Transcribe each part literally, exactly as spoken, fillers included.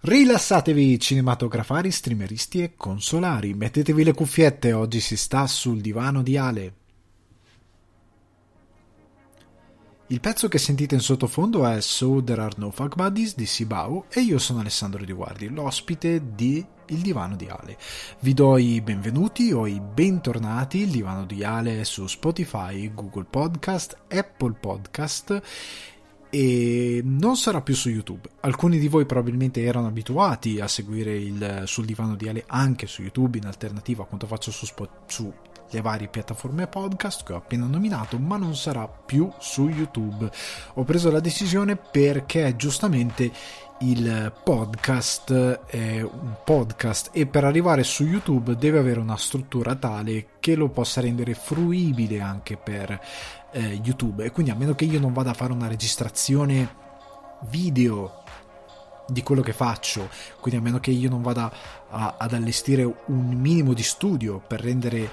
Rilassatevi cinematografari, streameristi e consolari, mettetevi le cuffiette, oggi si sta sul divano di Ale. Il pezzo che sentite in sottofondo è So There Are No Fuck Buddies di Sibau e io sono Alessandro Di Guardi, l'ospite di Il Divano di Ale. Vi do i benvenuti o i bentornati. Il Divano di Ale è su Spotify, Google Podcast, Apple Podcast e non sarà più su YouTube. Alcuni di voi probabilmente erano abituati a seguire il Sul Divano di Ale anche su YouTube in alternativa a quanto faccio su, su le varie piattaforme podcast che ho appena nominato, ma non sarà più su YouTube. Ho preso la decisione perché giustamente il podcast è un podcast e per arrivare su YouTube deve avere una struttura tale che lo possa rendere fruibile anche per eh, YouTube, e quindi a meno che io non vada a fare una registrazione video di quello che faccio, quindi a meno che io non vada a, ad allestire un minimo di studio per rendere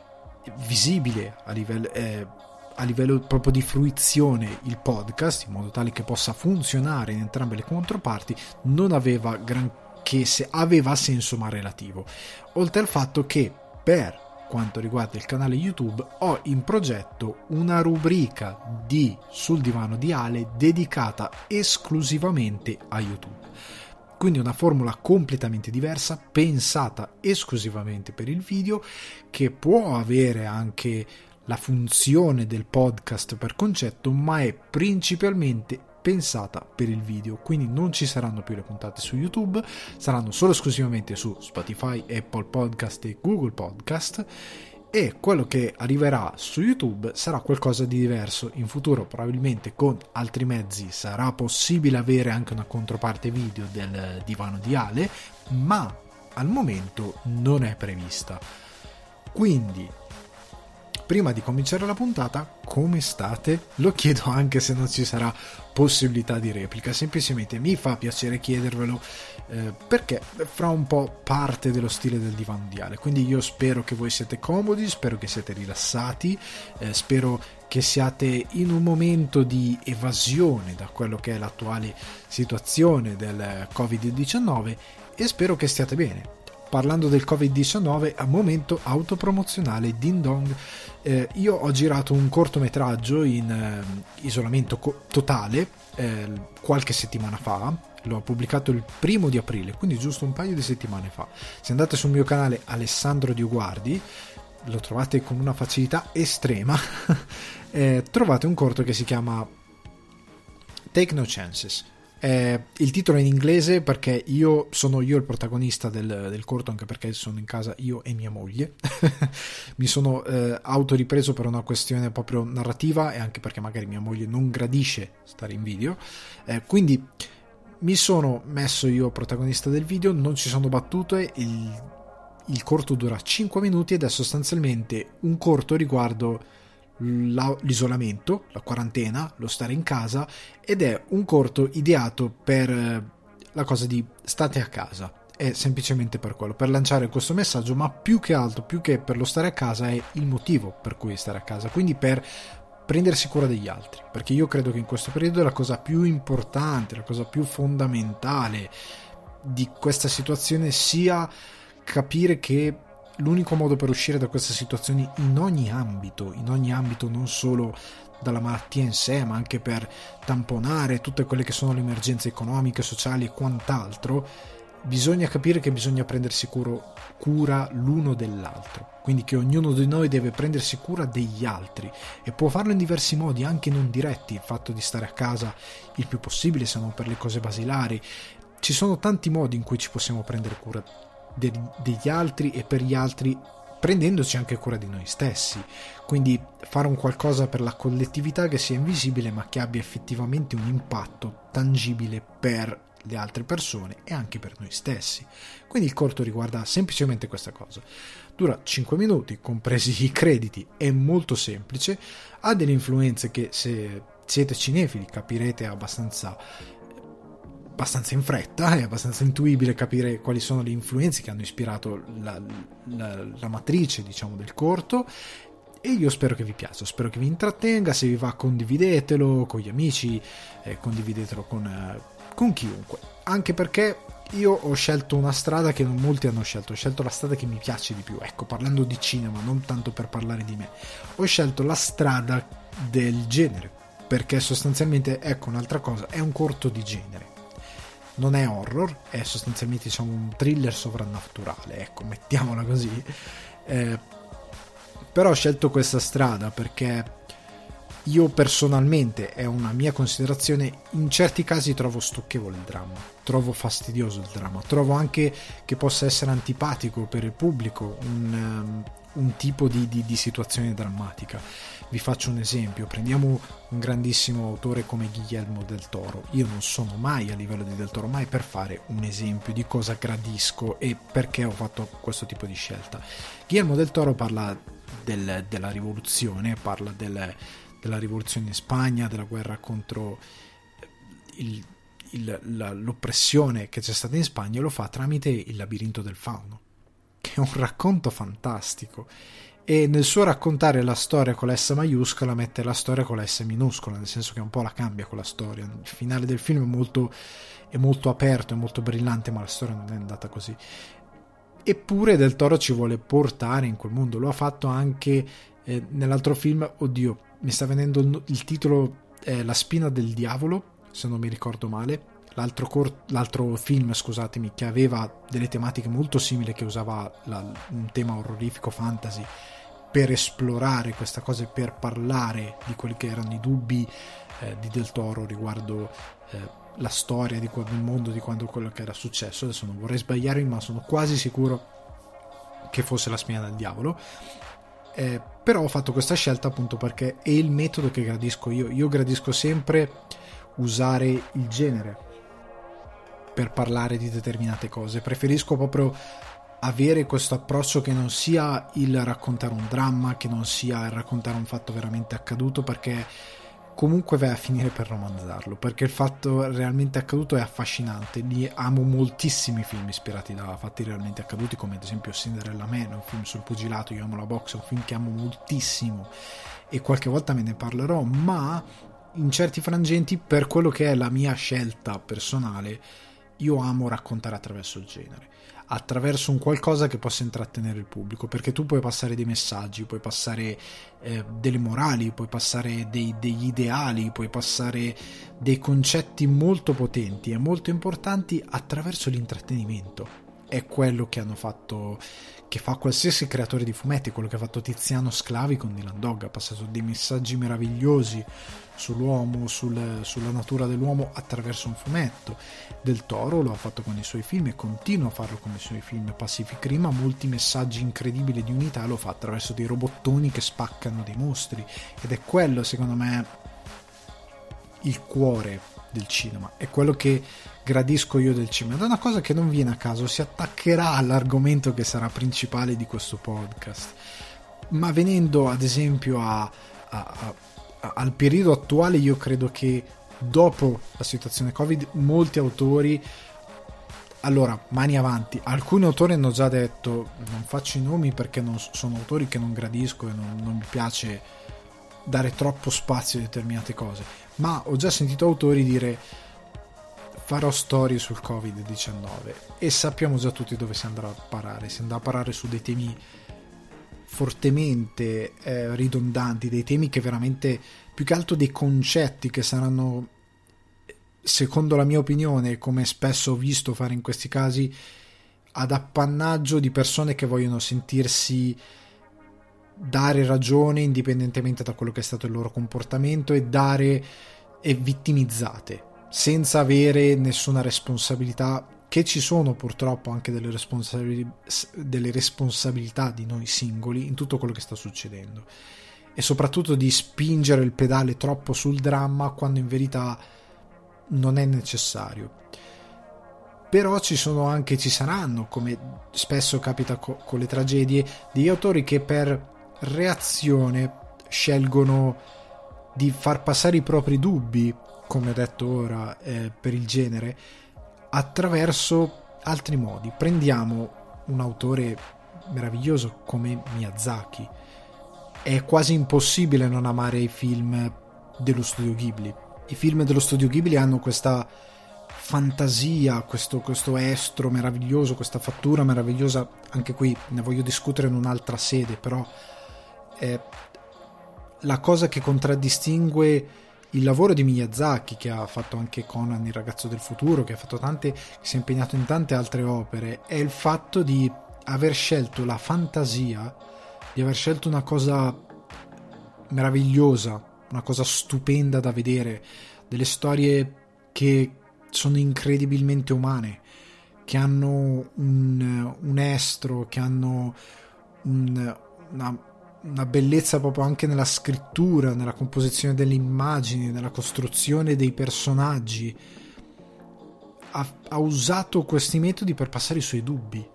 visibile a livello eh, a livello proprio di fruizione il podcast in modo tale che possa funzionare in entrambe le controparti, non aveva granché se aveva senso ma relativo, oltre al fatto che per quanto riguarda il canale YouTube ho in progetto una rubrica di Sul Divano di Ale dedicata esclusivamente a YouTube. Quindi una formula completamente diversa, pensata esclusivamente per il video, che può avere anche la funzione del podcast per concetto, ma è principalmente pensata per il video. Quindi non ci saranno più le puntate su YouTube, saranno solo esclusivamente su Spotify, Apple Podcast e Google Podcast, e quello che arriverà su YouTube sarà qualcosa di diverso. In futuro probabilmente con altri mezzi sarà possibile avere anche una controparte video del Divano di Ale, ma al momento non è prevista. Quindi prima di cominciare la puntata, come state? Lo chiedo anche se non ci sarà possibilità di replica, semplicemente mi fa piacere chiedervelo eh, perché fra un po' parte dello stile del Divano di Ale. Quindi io spero che voi siete comodi, spero che siete rilassati, eh, spero che siate in un momento di evasione da quello che è l'attuale situazione del covid diciannove e spero che stiate bene. Parlando del covid diciannove, a momento autopromozionale ding dong, eh, io ho girato un cortometraggio in eh, isolamento co- totale eh, qualche settimana fa, l'ho pubblicato il primo di aprile, quindi giusto un paio di settimane fa. Se andate sul mio canale Alessandro Di Guardi, lo trovate con una facilità estrema, eh, trovate un corto che si chiama Take No Chances. Eh, il titolo è in inglese perché io sono io il protagonista del, del corto, anche perché sono in casa io e mia moglie. Mi sono eh, autoripreso per una questione proprio narrativa e anche perché magari mia moglie non gradisce stare in video, eh, quindi mi sono messo io protagonista del video, non ci sono battute. Il, il corto dura cinque minuti ed è sostanzialmente un corto riguardo l'isolamento, la quarantena, lo stare in casa, ed è un corto ideato per la cosa di state a casa, è semplicemente per quello, per lanciare questo messaggio, ma più che altro, più che per lo stare a casa, è il motivo per cui stare a casa, quindi per prendersi cura degli altri, perché io credo che in questo periodo la cosa più importante, la cosa più fondamentale di questa situazione sia capire che l'unico modo per uscire da queste situazioni in ogni ambito, in ogni ambito non solo dalla malattia in sé, ma anche per tamponare tutte quelle che sono le emergenze economiche, sociali e quant'altro, bisogna capire che bisogna prendersi curo, cura l'uno dell'altro, quindi che ognuno di noi deve prendersi cura degli altri e può farlo in diversi modi, anche non diretti, il fatto di stare a casa il più possibile, se non per le cose basilari. Ci sono tanti modi in cui ci possiamo prendere cura degli altri e per gli altri, prendendoci anche cura di noi stessi, quindi fare un qualcosa per la collettività che sia invisibile ma che abbia effettivamente un impatto tangibile per le altre persone e anche per noi stessi. Quindi il corto riguarda semplicemente questa cosa, dura cinque minuti compresi i crediti, è molto semplice, ha delle influenze che se siete cinefili capirete abbastanza abbastanza in fretta, è abbastanza intuibile capire quali sono le influenze che hanno ispirato la, la, la matrice, diciamo, del corto, e io spero che vi piaccia, spero che vi intrattenga. Se vi va, condividetelo con gli amici, eh, condividetelo con, eh, con chiunque, anche perché io ho scelto una strada che non molti hanno scelto, ho scelto la strada che mi piace di più, ecco, parlando di cinema, non tanto per parlare di me, ho scelto la strada del genere, perché sostanzialmente, ecco un'altra cosa, è un corto di genere, non è horror, è sostanzialmente diciamo un thriller sovrannaturale, ecco, mettiamola così, eh, però ho scelto questa strada perché io personalmente, è una mia considerazione, in certi casi trovo stucchevole il dramma, trovo fastidioso il dramma, trovo anche che possa essere antipatico per il pubblico un, um, un tipo di, di, di situazione drammatica. Vi faccio un esempio, prendiamo un grandissimo autore come Guillermo del Toro. Io non sono mai a livello di Del Toro, mai per fare un esempio di cosa gradisco e perché ho fatto questo tipo di scelta. Guillermo del Toro parla del, della rivoluzione, parla del della rivoluzione in Spagna, della guerra contro il, il, la, l'oppressione che c'è stata in Spagna, e lo fa tramite Il labirinto del fauno, che è un racconto fantastico, e nel suo raccontare la storia con la S maiuscola mette la storia con la S minuscola, nel senso che un po' la cambia con la storia. Il finale del film è molto, è molto aperto, è molto brillante, ma la storia non è andata così. Eppure Del Toro ci vuole portare in quel mondo, lo ha fatto anche eh, nell'altro film, oddio mi sta venendo il titolo, eh, La spina del diavolo, se non mi ricordo male, l'altro, cor- l'altro film, scusatemi, che aveva delle tematiche molto simili, che usava la, un tema orrorifico fantasy per esplorare questa cosa e per parlare di quelli che erano i dubbi eh, di Del Toro riguardo eh, la storia di quel mondo, di quando quello che era successo. Adesso non vorrei sbagliarmi, ma sono quasi sicuro che fosse La spina del diavolo. Eh, però ho fatto questa scelta appunto perché è il metodo che gradisco io. Io gradisco sempre usare il genere per parlare di determinate cose. Preferisco proprio avere questo approccio che non sia il raccontare un dramma, che non sia il raccontare un fatto veramente accaduto, perché comunque vai a finire per romanzarlo, perché il fatto realmente accaduto è affascinante. Li amo moltissimi film ispirati da fatti realmente accaduti, come ad esempio Cinderella Man, un film sul pugilato. Io amo la box, è un film che amo moltissimo e qualche volta me ne parlerò, ma in certi frangenti, per quello che è la mia scelta personale, io amo raccontare attraverso il genere, attraverso un qualcosa che possa intrattenere il pubblico, perché tu puoi passare dei messaggi, puoi passare eh, delle morali, puoi passare dei, degli ideali, puoi passare dei concetti molto potenti e molto importanti attraverso l'intrattenimento. È quello che hanno fatto, che fa qualsiasi creatore di fumetti, quello che ha fatto Tiziano Sclavi con Dylan Dog, ha passato dei messaggi meravigliosi sull'uomo, sul, sulla natura dell'uomo attraverso un fumetto. Del Toro lo ha fatto con i suoi film e continua a farlo con i suoi film. Pacific Rim ha molti messaggi incredibili di unità, lo fa attraverso dei robottoni che spaccano dei mostri, ed è quello secondo me il cuore del cinema, è quello che gradisco io del cinema. Ed è una cosa che non viene a caso, si attaccherà all'argomento che sarà principale di questo podcast, ma venendo ad esempio a, a, a, a, al periodo attuale, io credo che dopo la situazione Covid molti autori, allora mani avanti, alcuni autori hanno già detto, non faccio i nomi perché non, sono autori che non gradisco e non, non mi piace dare troppo spazio a determinate cose, ma ho già sentito autori dire farò storie sul covid diciannove, e sappiamo già tutti dove si andrà a parare. Si andrà a parare su dei temi fortemente eh, ridondanti, dei temi che veramente, più che altro dei concetti che saranno, secondo la mia opinione, come spesso ho visto fare in questi casi, ad appannaggio di persone che vogliono sentirsi dare ragione indipendentemente da quello che è stato il loro comportamento, e dare e vittimizzate senza avere nessuna responsabilità, che ci sono purtroppo anche delle, responsabili- delle responsabilità di noi singoli in tutto quello che sta succedendo, e soprattutto di spingere il pedale troppo sul dramma quando in verità non è necessario. Però ci sono anche, ci saranno, come spesso capita co- con le tragedie, degli autori che per reazione scelgono di far passare i propri dubbi, come ho detto ora, eh, per il genere, attraverso altri modi. Prendiamo un autore meraviglioso come Miyazaki. È quasi impossibile non amare i film dello studio Ghibli. I film dello studio Ghibli hanno questa fantasia, questo, questo estro meraviglioso, questa fattura meravigliosa. Anche qui ne voglio discutere in un'altra sede, però è la cosa che contraddistingue il lavoro di Miyazaki, che ha fatto anche Conan il ragazzo del futuro, che ha fatto tante, che si è impegnato in tante altre opere, è il fatto di aver scelto la fantasia, di aver scelto una cosa meravigliosa, una cosa stupenda da vedere, delle storie che sono incredibilmente umane, che hanno un, un estro, che hanno un, una, una bellezza proprio anche nella scrittura, nella composizione delle immagini, nella costruzione dei personaggi. Ha, ha usato questi metodi per passare i suoi dubbi,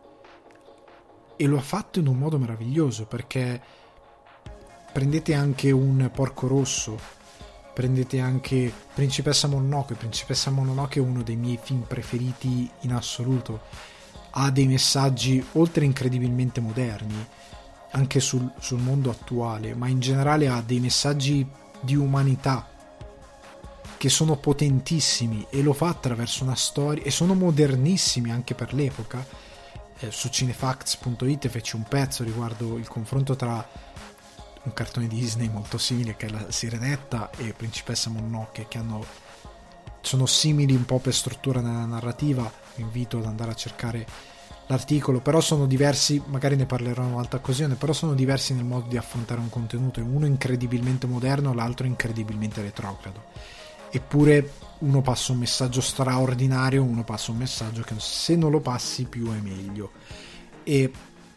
e lo ha fatto in un modo meraviglioso, perché prendete anche un Porco Rosso, prendete anche Principessa Mononoke. Principessa Mononoke è uno dei miei film preferiti in assoluto, ha dei messaggi oltre incredibilmente moderni anche sul, sul mondo attuale, ma in generale ha dei messaggi di umanità che sono potentissimi, e lo fa attraverso una storia, e sono modernissimi anche per l'epoca. Eh, su cinefacts punto it feci un pezzo riguardo il confronto tra un cartone Disney molto simile, che è La Sirenetta, e Principessa Mononoke, che hanno, sono simili un po' per struttura nella narrativa. Vi invito ad andare a cercare l'articolo, però sono diversi, magari ne parlerò in un'altra occasione, però sono diversi nel modo di affrontare un contenuto, uno incredibilmente moderno, l'altro incredibilmente retrogrado, eppure uno passa un messaggio straordinario, uno passa un messaggio che se non lo passi più è meglio. E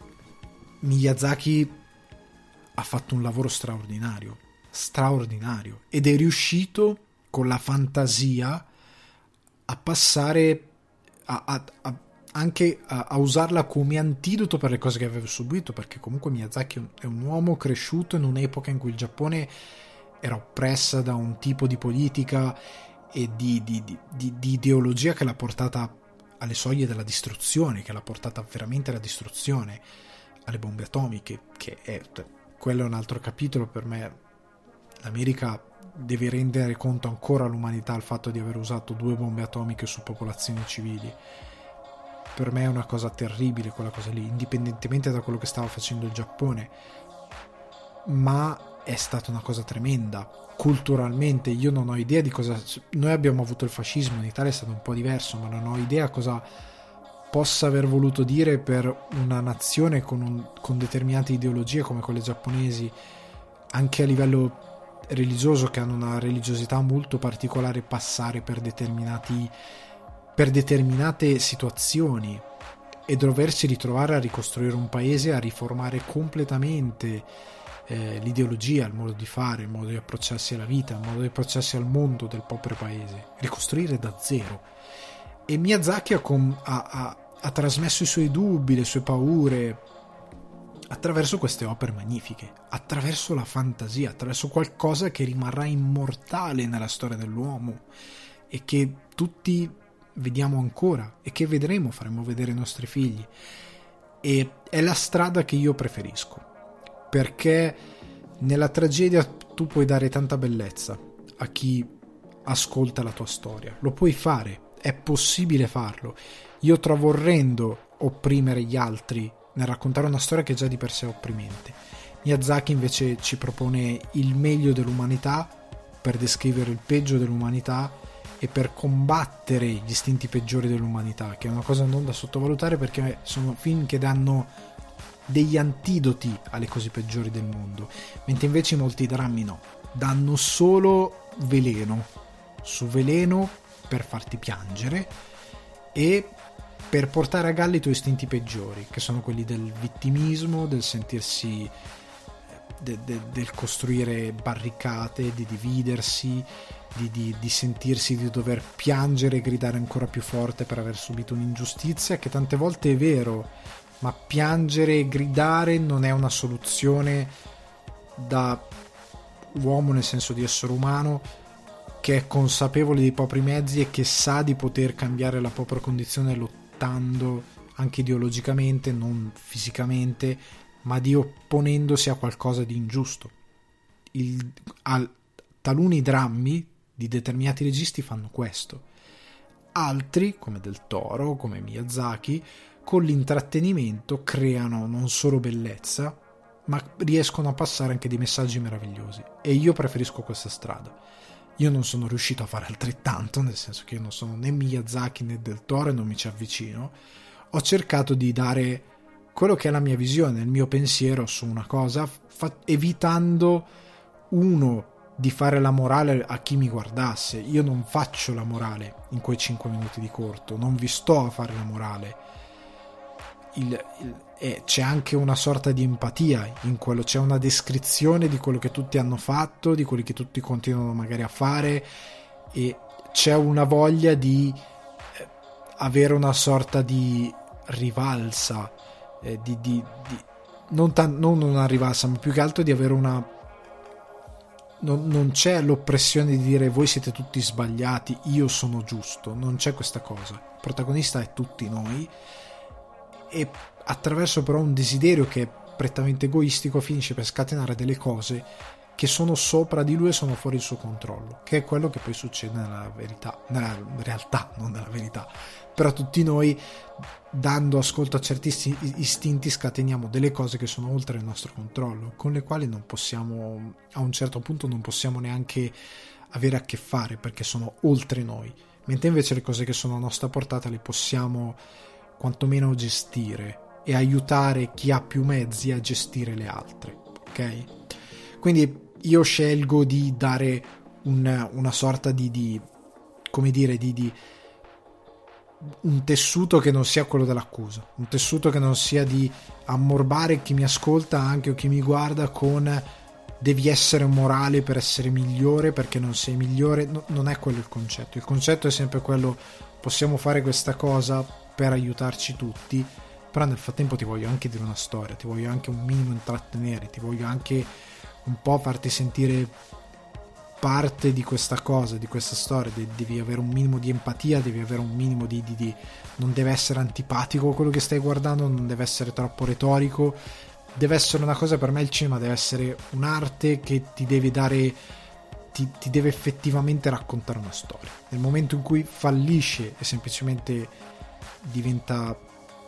Miyazaki ha fatto un lavoro straordinario, straordinario, ed è riuscito con la fantasia a passare a, a, a, anche a, a usarla come antidoto per le cose che aveva subito, perché comunque Miyazaki è un, è un uomo cresciuto in un'epoca in cui il Giappone era oppressa da un tipo di politica e di, di, di, di, di ideologia che l'ha portata alle soglie della distruzione, che l'ha portata veramente alla distruzione, alle bombe atomiche, che è, quello è un altro capitolo. Per me l'America deve rendere conto ancora all'umanità il fatto di aver usato due bombe atomiche su popolazioni civili. Per me è una cosa terribile quella cosa lì, indipendentemente da quello che stava facendo il Giappone, ma è stata una cosa tremenda culturalmente. Io non ho idea di cosa, noi abbiamo avuto il fascismo, in Italia è stato un po' diverso, ma non ho idea cosa possa aver voluto dire per una nazione con, un, con determinate ideologie come quelle giapponesi, anche a livello religioso, che hanno una religiosità molto particolare, passare per determinati per determinate situazioni e doversi ritrovare a ricostruire un paese, a riformare completamente eh, l'ideologia, il modo di fare, il modo di approcciarsi alla vita, il modo di approcciarsi al mondo del proprio paese, ricostruire da zero. E Miyazaki ha, com- ha, ha, ha trasmesso i suoi dubbi, le sue paure attraverso queste opere magnifiche, attraverso la fantasia, attraverso qualcosa che rimarrà immortale nella storia dell'uomo e che tutti vediamo ancora e che vedremo, faremo vedere ai nostri figli. E è la strada che io preferisco, perché nella tragedia tu puoi dare tanta bellezza a chi ascolta la tua storia, lo puoi fare, è possibile farlo. Io trovo orrendo opprimere gli altri nel raccontare una storia che già di per sé è opprimente. Miyazaki invece ci propone il meglio dell'umanità per descrivere il peggio dell'umanità e per combattere gli istinti peggiori dell'umanità, che è una cosa non da sottovalutare, perché sono film che danno degli antidoti alle cose peggiori del mondo, mentre invece molti drammi no, danno solo veleno su veleno per farti piangere e per portare a galla i tuoi istinti peggiori, che sono quelli del vittimismo, del sentirsi de, de, del costruire barricate, di dividersi, Di, di, di sentirsi di dover piangere e gridare ancora più forte per aver subito un'ingiustizia, che tante volte è vero, ma piangere e gridare non è una soluzione da uomo, nel senso di essere umano che è consapevole dei propri mezzi e che sa di poter cambiare la propria condizione lottando anche ideologicamente, non fisicamente, ma di opponendosi a qualcosa di ingiusto. Il, al, taluni drammi di determinati registi fanno questo, Altri, come Del Toro, come Miyazaki, con l'intrattenimento creano non solo bellezza, ma riescono a passare anche dei messaggi meravigliosi. E io preferisco questa strada. Io non sono riuscito a fare altrettanto, nel senso che io non sono né Miyazaki né Del Toro e non mi ci avvicino. Ho cercato di dare quello che è la mia visione, il mio pensiero su una cosa, fa- evitando uno di fare la morale a chi mi guardasse. Io non faccio la morale in quei cinque minuti di corto, non vi sto a fare la morale. Il, il, eh, c'è anche una sorta di empatia in quello, c'è una descrizione di quello che tutti hanno fatto, di quelli che tutti continuano magari a fare, e c'è una voglia di eh, avere una sorta di rivalsa, eh, di, di, di non, tan- non una rivalsa, ma più che altro di avere una Non, non c'è l'oppressione di dire voi siete tutti sbagliati, io sono giusto, non c'è questa cosa. Il protagonista è tutti noi, e attraverso però un desiderio che è prettamente egoistico finisce per scatenare delle cose che sono sopra di lui e sono fuori il suo controllo, che è quello che poi succede nella verità, nella realtà, non nella verità. Però tutti noi, dando ascolto a certi istinti, scateniamo delle cose che sono oltre il nostro controllo, con le quali non possiamo, a un certo punto non possiamo neanche avere a che fare, perché sono oltre noi, mentre invece le cose che sono a nostra portata le possiamo quantomeno gestire e aiutare chi ha più mezzi a gestire le altre, ok? Quindi io scelgo di dare un, una sorta di, di come dire, di, di un tessuto che non sia quello dell'accusa, un tessuto che non sia di ammorbare chi mi ascolta anche o chi mi guarda con devi essere morale per essere migliore perché non sei migliore. No, non è quello il concetto. Il concetto è sempre quello: possiamo fare questa cosa per aiutarci tutti, però nel frattempo ti voglio anche dire una storia, ti voglio anche un minimo intrattenere, ti voglio anche un po' farti sentire parte di questa cosa, di questa storia. De- devi avere un minimo di empatia, devi avere un minimo di, di, di non deve essere antipatico quello che stai guardando, non deve essere troppo retorico, deve essere una cosa. Per me il cinema deve essere un'arte che ti deve dare, ti, ti deve effettivamente raccontare una storia. Nel momento in cui fallisce e semplicemente diventa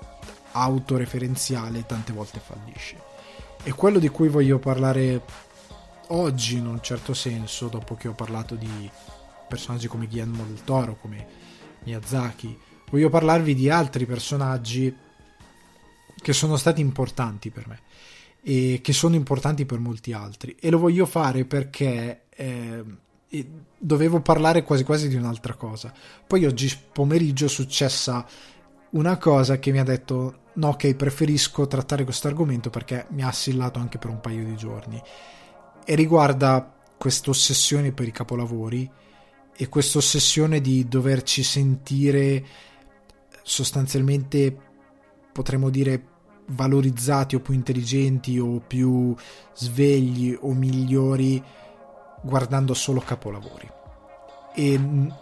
autoreferenziale, tante volte fallisce. E quello di cui voglio parlare oggi, in un certo senso, dopo che ho parlato di personaggi come Guillermo del Toro, come Miyazaki, voglio parlarvi di altri personaggi che sono stati importanti per me e che sono importanti per molti altri, e lo voglio fare perché eh, dovevo parlare quasi quasi di un'altra cosa. Poi oggi pomeriggio è successa una cosa che mi ha detto no, ok, preferisco trattare questo argomento perché mi ha assillato anche per un paio di giorni, e riguarda questa ossessione per i capolavori e questa ossessione di doverci sentire sostanzialmente, potremmo dire, valorizzati o più intelligenti o più svegli o migliori guardando solo capolavori, e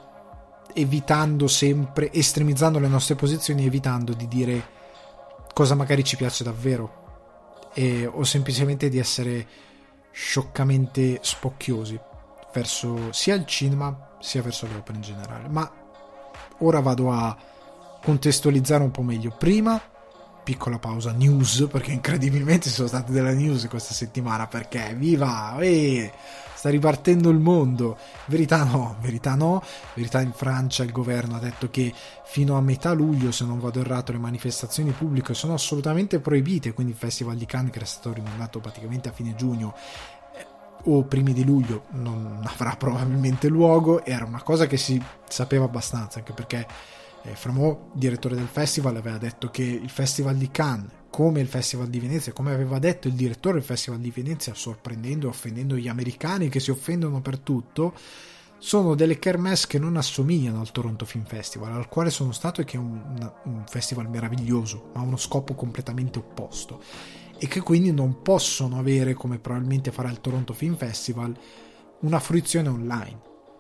evitando sempre, estremizzando le nostre posizioni, evitando di dire cosa magari ci piace davvero, e, o semplicemente di essere scioccamente spocchiosi verso sia il cinema sia verso le opere in generale. Ma ora vado a contestualizzare un po' meglio. Prima, piccola pausa news, perché incredibilmente ci sono state delle news questa settimana, perché viva, eh, sta ripartendo il mondo. Verità no, verità no, verità in Francia il governo ha detto che fino a metà luglio, se non vado errato, le manifestazioni pubbliche sono assolutamente proibite, quindi il Festival di Cannes, che era stato rimandato praticamente a fine giugno eh, o primi di luglio, non avrà probabilmente luogo. Era una cosa che si sapeva abbastanza, anche perché eh, Framò, direttore del festival, aveva detto che il Festival di Cannes, come il Festival di Venezia, come aveva detto il direttore del Festival di Venezia, sorprendendo e offendendo gli americani che si offendono per tutto, sono delle kermesse che non assomigliano al Toronto Film Festival, al quale sono stato, e che è un, un festival meraviglioso, ma ha uno scopo completamente opposto, e che quindi non possono avere, come probabilmente farà il Toronto Film Festival, una fruizione online.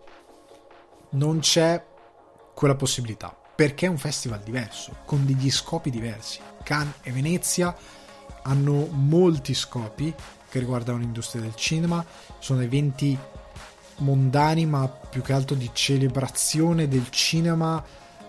Non c'è quella possibilità, perché è un festival diverso, con degli scopi diversi. Cannes e Venezia hanno molti scopi che riguardano l'industria del cinema, sono eventi mondani, ma più che altro di celebrazione del cinema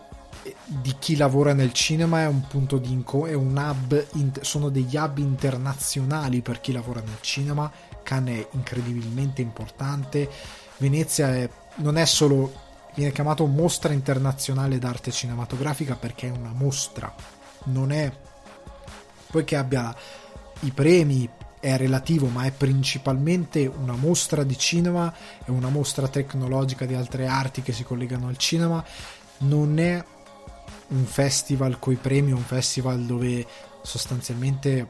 di chi lavora nel cinema, è un punto di inco- è un hub, in- sono degli hub internazionali per chi lavora nel cinema. Cannes è incredibilmente importante. Venezia è, non è solo, viene chiamato mostra internazionale d'arte cinematografica perché è una mostra, non è poi che abbia i premi, è relativo, ma è principalmente una mostra di cinema, è una mostra tecnologica di altre arti che si collegano al cinema. Non è un festival coi premi, un festival dove sostanzialmente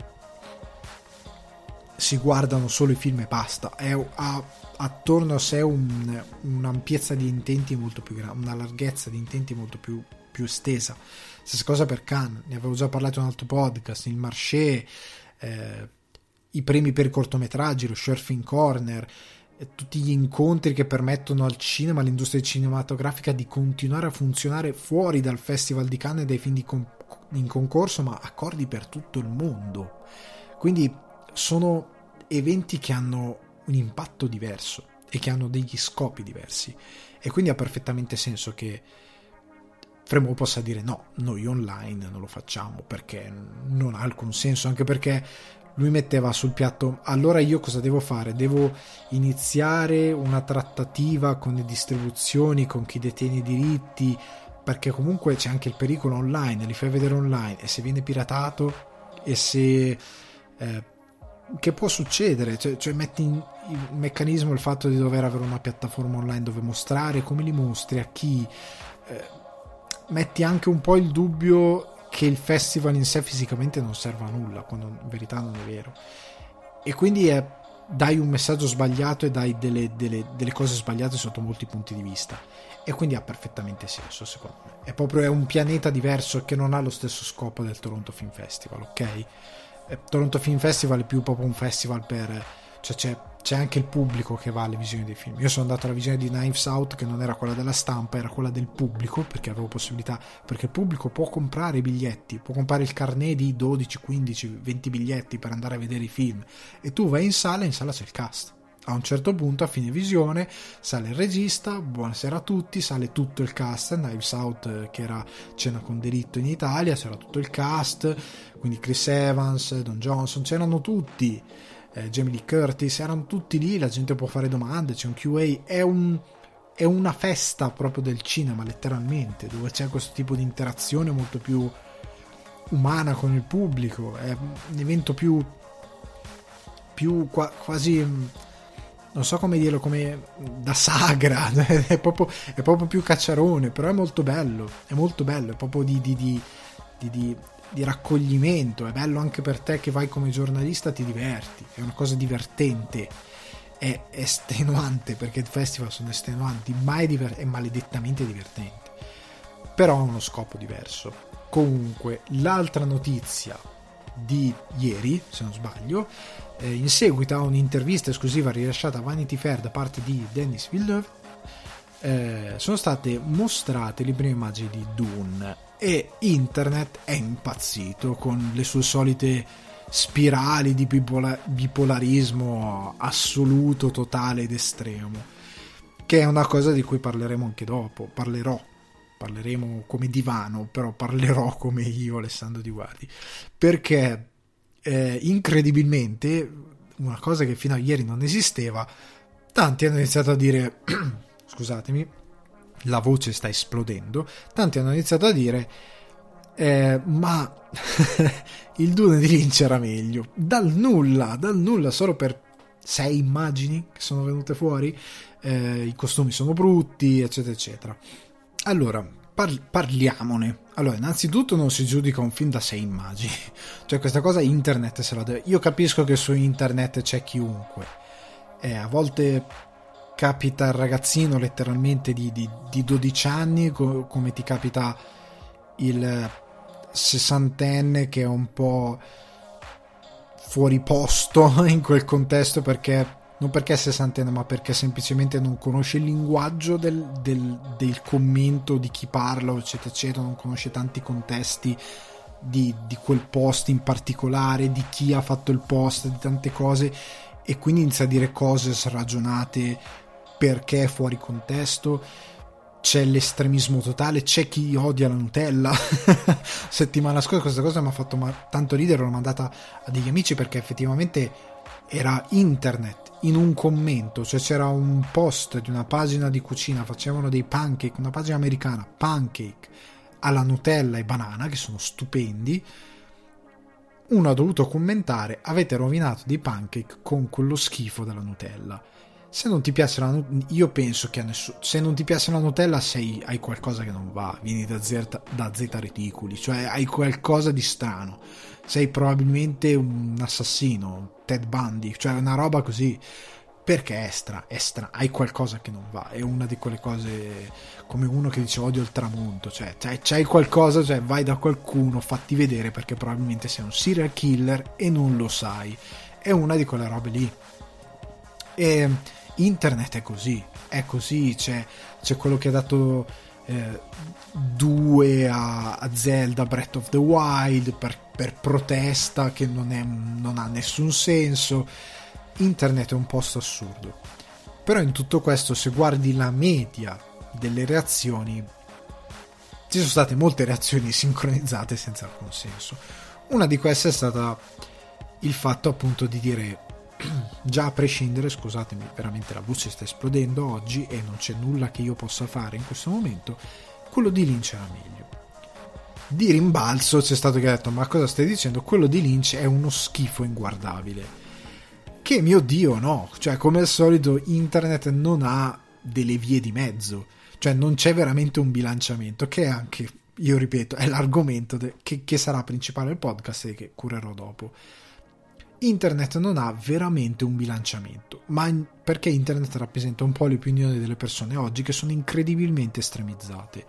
si guardano solo i film e basta. È, ha attorno a sé un, un'ampiezza di intenti molto più grande, una larghezza di intenti molto più, più estesa. Stessa cosa per Cannes, ne avevo già parlato in un altro podcast, il Marché, eh, i premi per i cortometraggi, lo Surfing Corner, eh, tutti gli incontri che permettono al cinema, all'industria cinematografica di continuare a funzionare fuori dal Festival di Cannes e dai film di con- in concorso, ma accordi per tutto il mondo. Quindi sono eventi che hanno un impatto diverso e che hanno degli scopi diversi, e quindi ha perfettamente senso che Fremont possa dire no, noi online non lo facciamo perché non ha alcun senso, anche perché lui metteva sul piatto: allora io cosa devo fare? Devo iniziare una trattativa con le distribuzioni, con chi detiene i diritti, perché comunque c'è anche il pericolo online, li fai vedere online e se viene piratato, e se eh, che può succedere, cioè, cioè metti in il meccanismo il fatto di dover avere una piattaforma online dove mostrare, come li mostri, a chi, eh, metti anche un po' il dubbio che il festival in sé fisicamente non serva a nulla, quando in verità non è vero, e quindi è, dai un messaggio sbagliato e dai delle, delle, delle cose sbagliate sotto molti punti di vista, e quindi ha perfettamente senso. Secondo me è proprio è un pianeta diverso che non ha lo stesso scopo del Toronto Film Festival, ok? Toronto Film Festival è più proprio un festival per, cioè c'è, c'è anche il pubblico che va alle visioni dei film. Io sono andato alla visione di Knives Out, che non era quella della stampa, era quella del pubblico, perché avevo possibilità, perché il pubblico può comprare i biglietti, può comprare il carnet di dodici, quindici, venti biglietti per andare a vedere i film, e tu vai in sala e in sala c'è il cast. A un certo punto, a fine visione, sale il regista, buonasera a tutti, sale tutto il cast. Knives Out, che era Cena con delitto in Italia, c'era tutto il cast, quindi Chris Evans, Don Johnson, c'erano tutti, eh, Jamie Lee Curtis, erano tutti lì, la gente può fare domande, c'è un Q A, è, un, è una festa proprio del cinema, letteralmente, dove c'è questo tipo di interazione molto più umana con il pubblico, è un evento più, più qua, quasi... non so come dirlo, come da sagra, è proprio, è proprio più cacciarone, però è molto bello, è molto bello, è proprio di, di, di, di, di, di raccoglimento, è bello anche per te che vai come giornalista, ti diverti, è una cosa divertente, è estenuante, perché i festival sono estenuanti, ma è, diver- è maledettamente divertente, però ha uno scopo diverso. Comunque, l'altra notizia di ieri, se non sbaglio, eh, in seguito a un'intervista esclusiva rilasciata a Vanity Fair da parte di Denis Villeneuve, eh, sono state mostrate le prime immagini di Dune, e internet è impazzito con le sue solite spirali di bipola- bipolarismo assoluto, totale ed estremo, che è una cosa di cui parleremo anche dopo, parlerò parleremo come divano, però parlerò come io, Alessandro Di Guardi, perché eh, incredibilmente, una cosa che fino a ieri non esisteva, tanti hanno iniziato a dire scusatemi, la voce sta esplodendo, tanti hanno iniziato a dire eh, ma il Dune di Lynch era meglio, dal nulla, dal nulla, solo per sei immagini che sono venute fuori, eh, i costumi sono brutti, eccetera eccetera. Allora, par- parliamone. Allora, innanzitutto non si giudica un film da sei immagini. Cioè, questa cosa internet se la deve... Io capisco che su internet c'è chiunque. Eh, a volte capita il ragazzino letteralmente di, di, di dodici anni, co- come ti capita il sessantenne che è un po' fuori posto in quel contesto, perché... non perché è sessantenne, ma perché semplicemente non conosce il linguaggio del, del, del commento di chi parla, eccetera eccetera, non conosce tanti contesti di, di quel post in particolare, di chi ha fatto il post, di tante cose, e quindi inizia a dire cose sragionate perché è fuori contesto. c'è l'estremismo totale, c'è chi odia la Nutella. Settimana scorsa questa cosa mi ha fatto ma- tanto ridere, l'ho mandata a degli amici perché effettivamente era internet in un commento, cioè c'era un post di una pagina di cucina, facevano dei pancake, una pagina americana, pancake alla Nutella e banana, che sono stupendi. Uno ha dovuto commentare: avete rovinato dei pancake con quello schifo della Nutella. Se non ti piace la Nutella, io penso che a nessuno, se non ti piace la Nutella sei, hai qualcosa che non va, vieni da Z, da Z reticuli, cioè hai qualcosa di strano, sei probabilmente un assassino, Ted Bundy, cioè una roba così, perché è stra, è stra, hai qualcosa che non va, è una di quelle cose come uno che dice odio il tramonto, cioè c'hai, c'hai qualcosa, cioè vai da qualcuno, fatti vedere perché probabilmente sei un serial killer e non lo sai, è una di quelle robe lì. E internet è così, è così, c'è, c'è quello che ha dato eh, due a, a Zelda Breath of the Wild per, per protesta, che non, è, non ha nessun senso. Internet è un posto assurdo, però in tutto questo, se guardi la media delle reazioni, ci sono state molte reazioni sincronizzate senza alcun senso. Una di queste è stata il fatto appunto di dire, già a prescindere, scusatemi, veramente la voce sta esplodendo oggi e non c'è nulla che io possa fare in questo momento, quello di Lynch era meglio. Di rimbalzo c'è stato che ha detto: ma cosa stai dicendo? Quello di Lynch è uno schifo inguardabile. Che mio Dio, no, cioè come al solito internet non ha delle vie di mezzo, cioè non c'è veramente un bilanciamento, che è anche, io ripeto, è l'argomento de- che, che sarà principale del podcast e che curerò dopo. Internet non ha veramente un bilanciamento, ma in, perché internet rappresenta un po' le opinioni delle persone oggi, che sono incredibilmente estremizzate.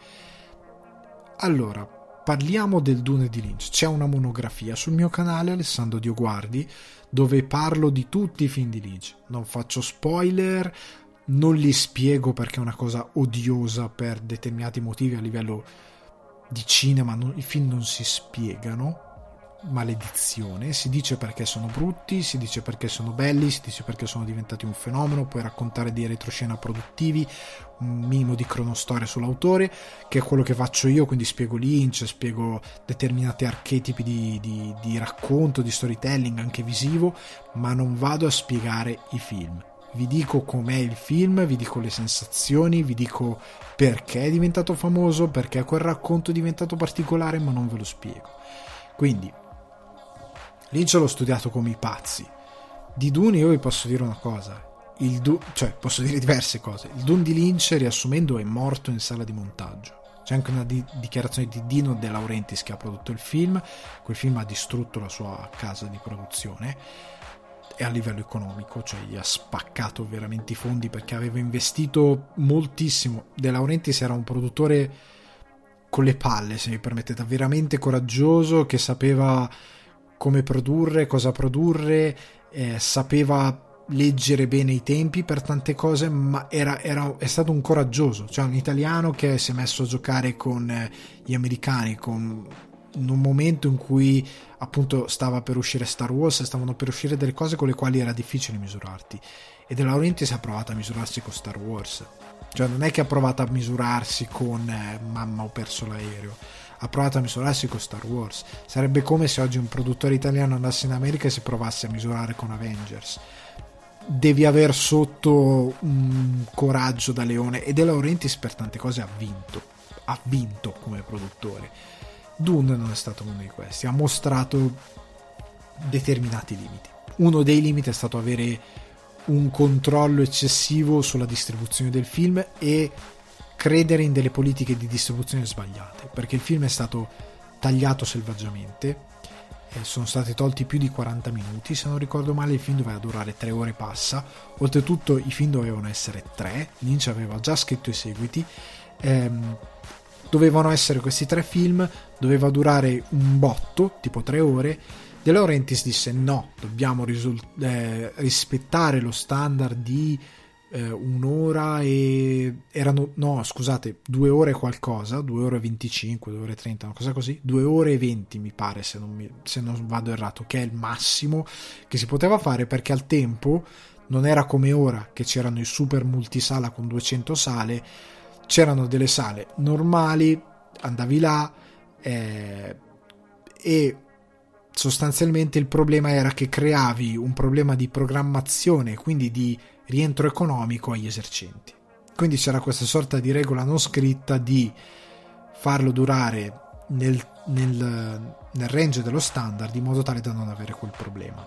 Allora, parliamo del Dune di Lynch. C'è una monografia sul mio canale, Alessandro Dioguardi, dove parlo di tutti i film di Lynch. Non faccio spoiler, non li spiego perché è una cosa odiosa per determinati motivi a livello di cinema. Non, i film non si spiegano, maledizione, si dice perché sono brutti, si dice perché sono belli, si dice perché sono diventati un fenomeno, puoi raccontare dei retroscena produttivi, un minimo di cronostoria sull'autore, che è quello che faccio io, quindi spiego Lynch, spiego determinati archetipi di, di, di racconto, di storytelling anche visivo, ma non vado a spiegare i film. Vi dico com'è il film, vi dico le sensazioni, vi dico perché è diventato famoso, perché quel racconto è diventato particolare, ma non ve lo spiego. Quindi Lynch l'ho studiato come i pazzi. Di Dune io vi posso dire una cosa, il du- cioè posso dire diverse cose. Il Dune di Lynch, riassumendo, è morto in sala di montaggio. C'è anche una di- dichiarazione di Dino De Laurentiis, che ha prodotto il film. Quel film ha distrutto la sua casa di produzione, e a livello economico, cioè gli ha spaccato veramente i fondi, perché aveva investito moltissimo. De Laurentiis era un produttore con le palle, se mi permettete, veramente coraggioso, che sapeva come produrre, cosa produrre, eh, sapeva leggere bene i tempi per tante cose, ma era, era, è stato un coraggioso, cioè un italiano che si è messo a giocare con eh, gli americani, con, in un momento in cui appunto stava per uscire Star Wars, stavano per uscire delle cose con le quali era difficile misurarti, e De Laurentiis ha provato a misurarsi con Star Wars. Cioè non è che ha provato a misurarsi con eh, Mamma ho perso l'aereo, ha provato a misurarsi con Star Wars. Sarebbe come se oggi un produttore italiano andasse in America e si provasse a misurare con Avengers. Devi aver sotto un coraggio da leone, e De Laurentiis per tante cose ha vinto, ha vinto come produttore. Dune non è stato uno di questi, ha mostrato determinati limiti. Uno dei limiti è stato avere un controllo eccessivo sulla distribuzione del film e credere in delle politiche di distribuzione sbagliate, perché il film è stato tagliato selvaggiamente, eh, sono stati tolti più di quaranta minuti, se non ricordo male il film doveva durare tre ore e passa, oltretutto i film dovevano essere tre, Lynch aveva già scritto i seguiti, ehm, dovevano essere questi tre film, doveva durare un botto, tipo tre ore. De Laurentiis disse no, dobbiamo risult- eh, rispettare lo standard di eh, un'ora e erano, no scusate, due ore e qualcosa, due ore e venticinque, due ore e trenta, una cosa così, due ore e venti mi pare, se non, mi, se non vado errato, che è il massimo che si poteva fare, perché al tempo non era come ora che c'erano i super multisala con duecento sale, c'erano delle sale normali, andavi là eh, e sostanzialmente il problema era che creavi un problema di programmazione, quindi di rientro economico agli esercenti. Quindi c'era questa sorta di regola non scritta di farlo durare nel, nel, nel range dello standard, in modo tale da non avere quel problema.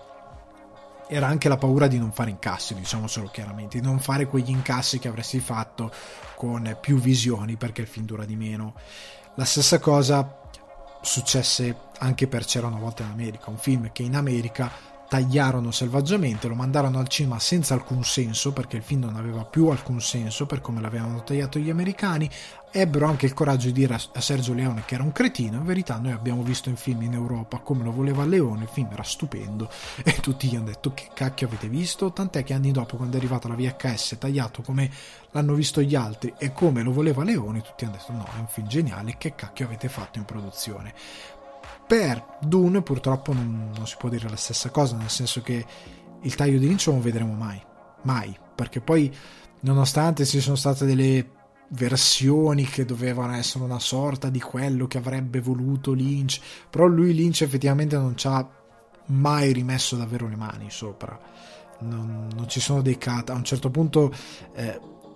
Era anche la paura di non fare incassi, diciamocelo chiaramente, di non fare quegli incassi che avresti fatto con più visioni, perché il film dura di meno. La stessa cosa successe anche per C'era una volta in America, un film che in America tagliarono selvaggiamente, lo mandarono al cinema senza alcun senso, perché il film non aveva più alcun senso per come l'avevano tagliato gli americani. Ebbero anche il coraggio di dire a Sergio Leone che era un cretino. In verità noi abbiamo visto in film in Europa come lo voleva Leone, il film era stupendo e tutti gli hanno detto: che cacchio avete visto? Tant'è che anni dopo, quando è arrivata la V H S tagliato come l'hanno visto gli altri e come lo voleva Leone, tutti hanno detto: no, è un film geniale, che cacchio avete fatto in produzione? Per Dune purtroppo non, non si può dire la stessa cosa, nel senso che il taglio di Lynch non lo vedremo mai, mai, perché poi, nonostante ci sono state delle versioni che dovevano essere una sorta di quello che avrebbe voluto Lynch, però lui Lynch effettivamente non ci ha mai rimesso davvero le mani sopra. Non, non ci sono dei cut a un certo punto. eh,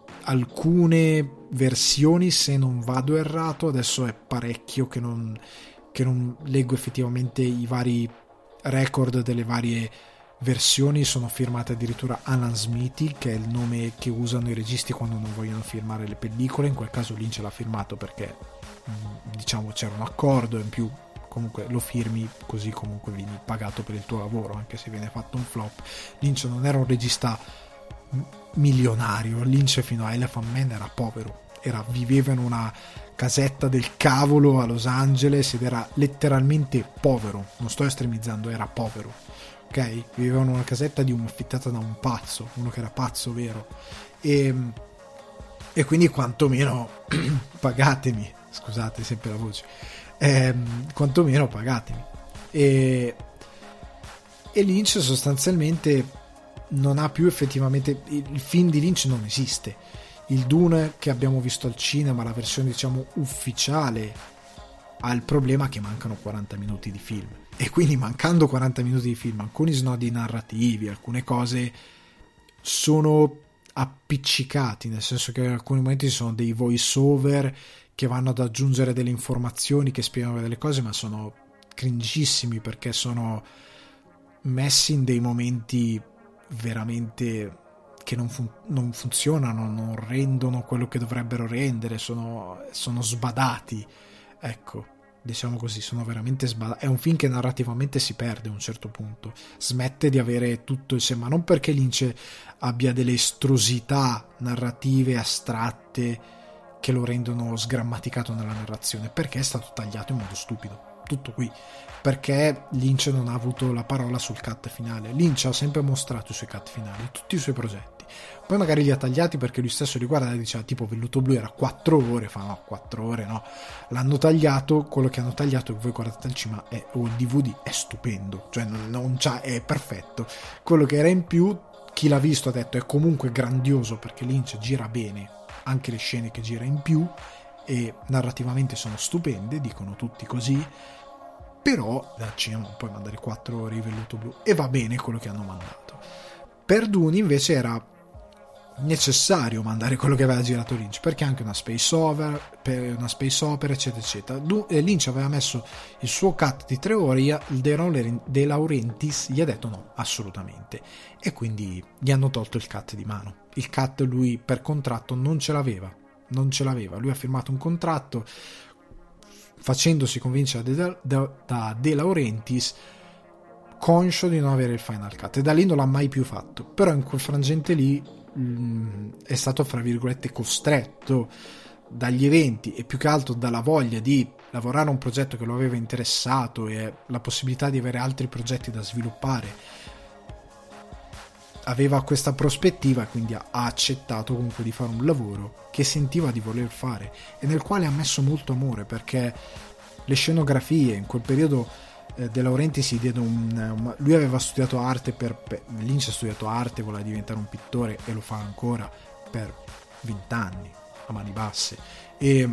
alcune versioni, se non vado errato, adesso è parecchio che non che non leggo effettivamente i vari record delle varie versioni, sono firmate addirittura Alan Smithy, che è il nome che usano i registi quando non vogliono firmare le pellicole. In quel caso Lynch l'ha firmato perché diciamo c'era un accordo, in più comunque lo firmi così comunque vieni pagato per il tuo lavoro, anche se viene fatto un flop. Lynch non era un regista milionario, Lynch fino a Elephant Man era povero, era, viveva in una casetta del cavolo a Los Angeles ed era letteralmente povero, non sto estremizzando, era povero, ok? Viveva in una casetta di un, affittata da un pazzo, uno che era pazzo vero, e, e quindi quantomeno pagatemi, scusate sempre la voce, eh, quantomeno pagatemi. E, e Lynch sostanzialmente non ha più effettivamente, il film di Lynch non esiste. Il Dune che abbiamo visto al cinema, la versione diciamo ufficiale, ha il problema che mancano quaranta minuti di film, e quindi mancando quaranta minuti di film alcuni snodi narrativi, alcune cose sono appiccicati, nel senso che in alcuni momenti ci sono dei voice over che vanno ad aggiungere delle informazioni che spiegano delle cose, ma sono cringissimi perché sono messi in dei momenti veramente che non, fun- non funzionano, non rendono quello che dovrebbero rendere, sono, sono sbadati, ecco, diciamo così, sono veramente sbadati. È un film che narrativamente si perde a un certo punto, smette di avere tutto il sé, ma non perché Lynch abbia delle estrosità narrative astratte che lo rendono sgrammaticato nella narrazione, perché è stato tagliato in modo stupido. Tutto qui, perché Lynch non ha avuto la parola sul cut finale. Lynch ha sempre mostrato i suoi cut finali, tutti i suoi progetti, poi magari li ha tagliati perché lui stesso li guarda e diceva tipo Velluto Blu era quattro ore, fa no, quattro ore no, l'hanno tagliato, quello che hanno tagliato e voi guardate al cinema è, o il D V D è stupendo, cioè non, non c'ha, è perfetto. Quello che era in più, chi l'ha visto ha detto è comunque grandioso, perché Lynch gira bene anche le scene che gira in più e narrativamente sono stupende, dicono tutti così, però dal cinema non puoi mandare quattro ore di Velluto Blu, e va bene quello che hanno mandato. Per Dune invece era necessario mandare quello che aveva girato Lynch, perché anche una space opera, per una space opera eccetera eccetera. Du- Lynch aveva messo il suo cut di tre ore, il De Laurentiis gli ha detto no, assolutamente, e quindi gli hanno tolto il cut di mano. Il cut lui per contratto non ce l'aveva, non ce l'aveva, lui ha firmato un contratto facendosi convincere da De, da De Laurentiis, conscio di non avere il final cut, e da lì non l'ha mai più fatto. Però in quel frangente lì mh, è stato fra virgolette costretto dagli eventi e più che altro dalla voglia di lavorare a un progetto che lo aveva interessato e la possibilità di avere altri progetti da sviluppare. Aveva questa prospettiva e quindi ha accettato comunque di fare un lavoro che sentiva di voler fare e nel quale ha messo molto amore, perché le scenografie in quel periodo eh, De Laurentiis si diede un, un lui aveva studiato arte per, per Lynch ha studiato arte, voleva diventare un pittore e lo fa ancora per vent'anni, a mani basse. E,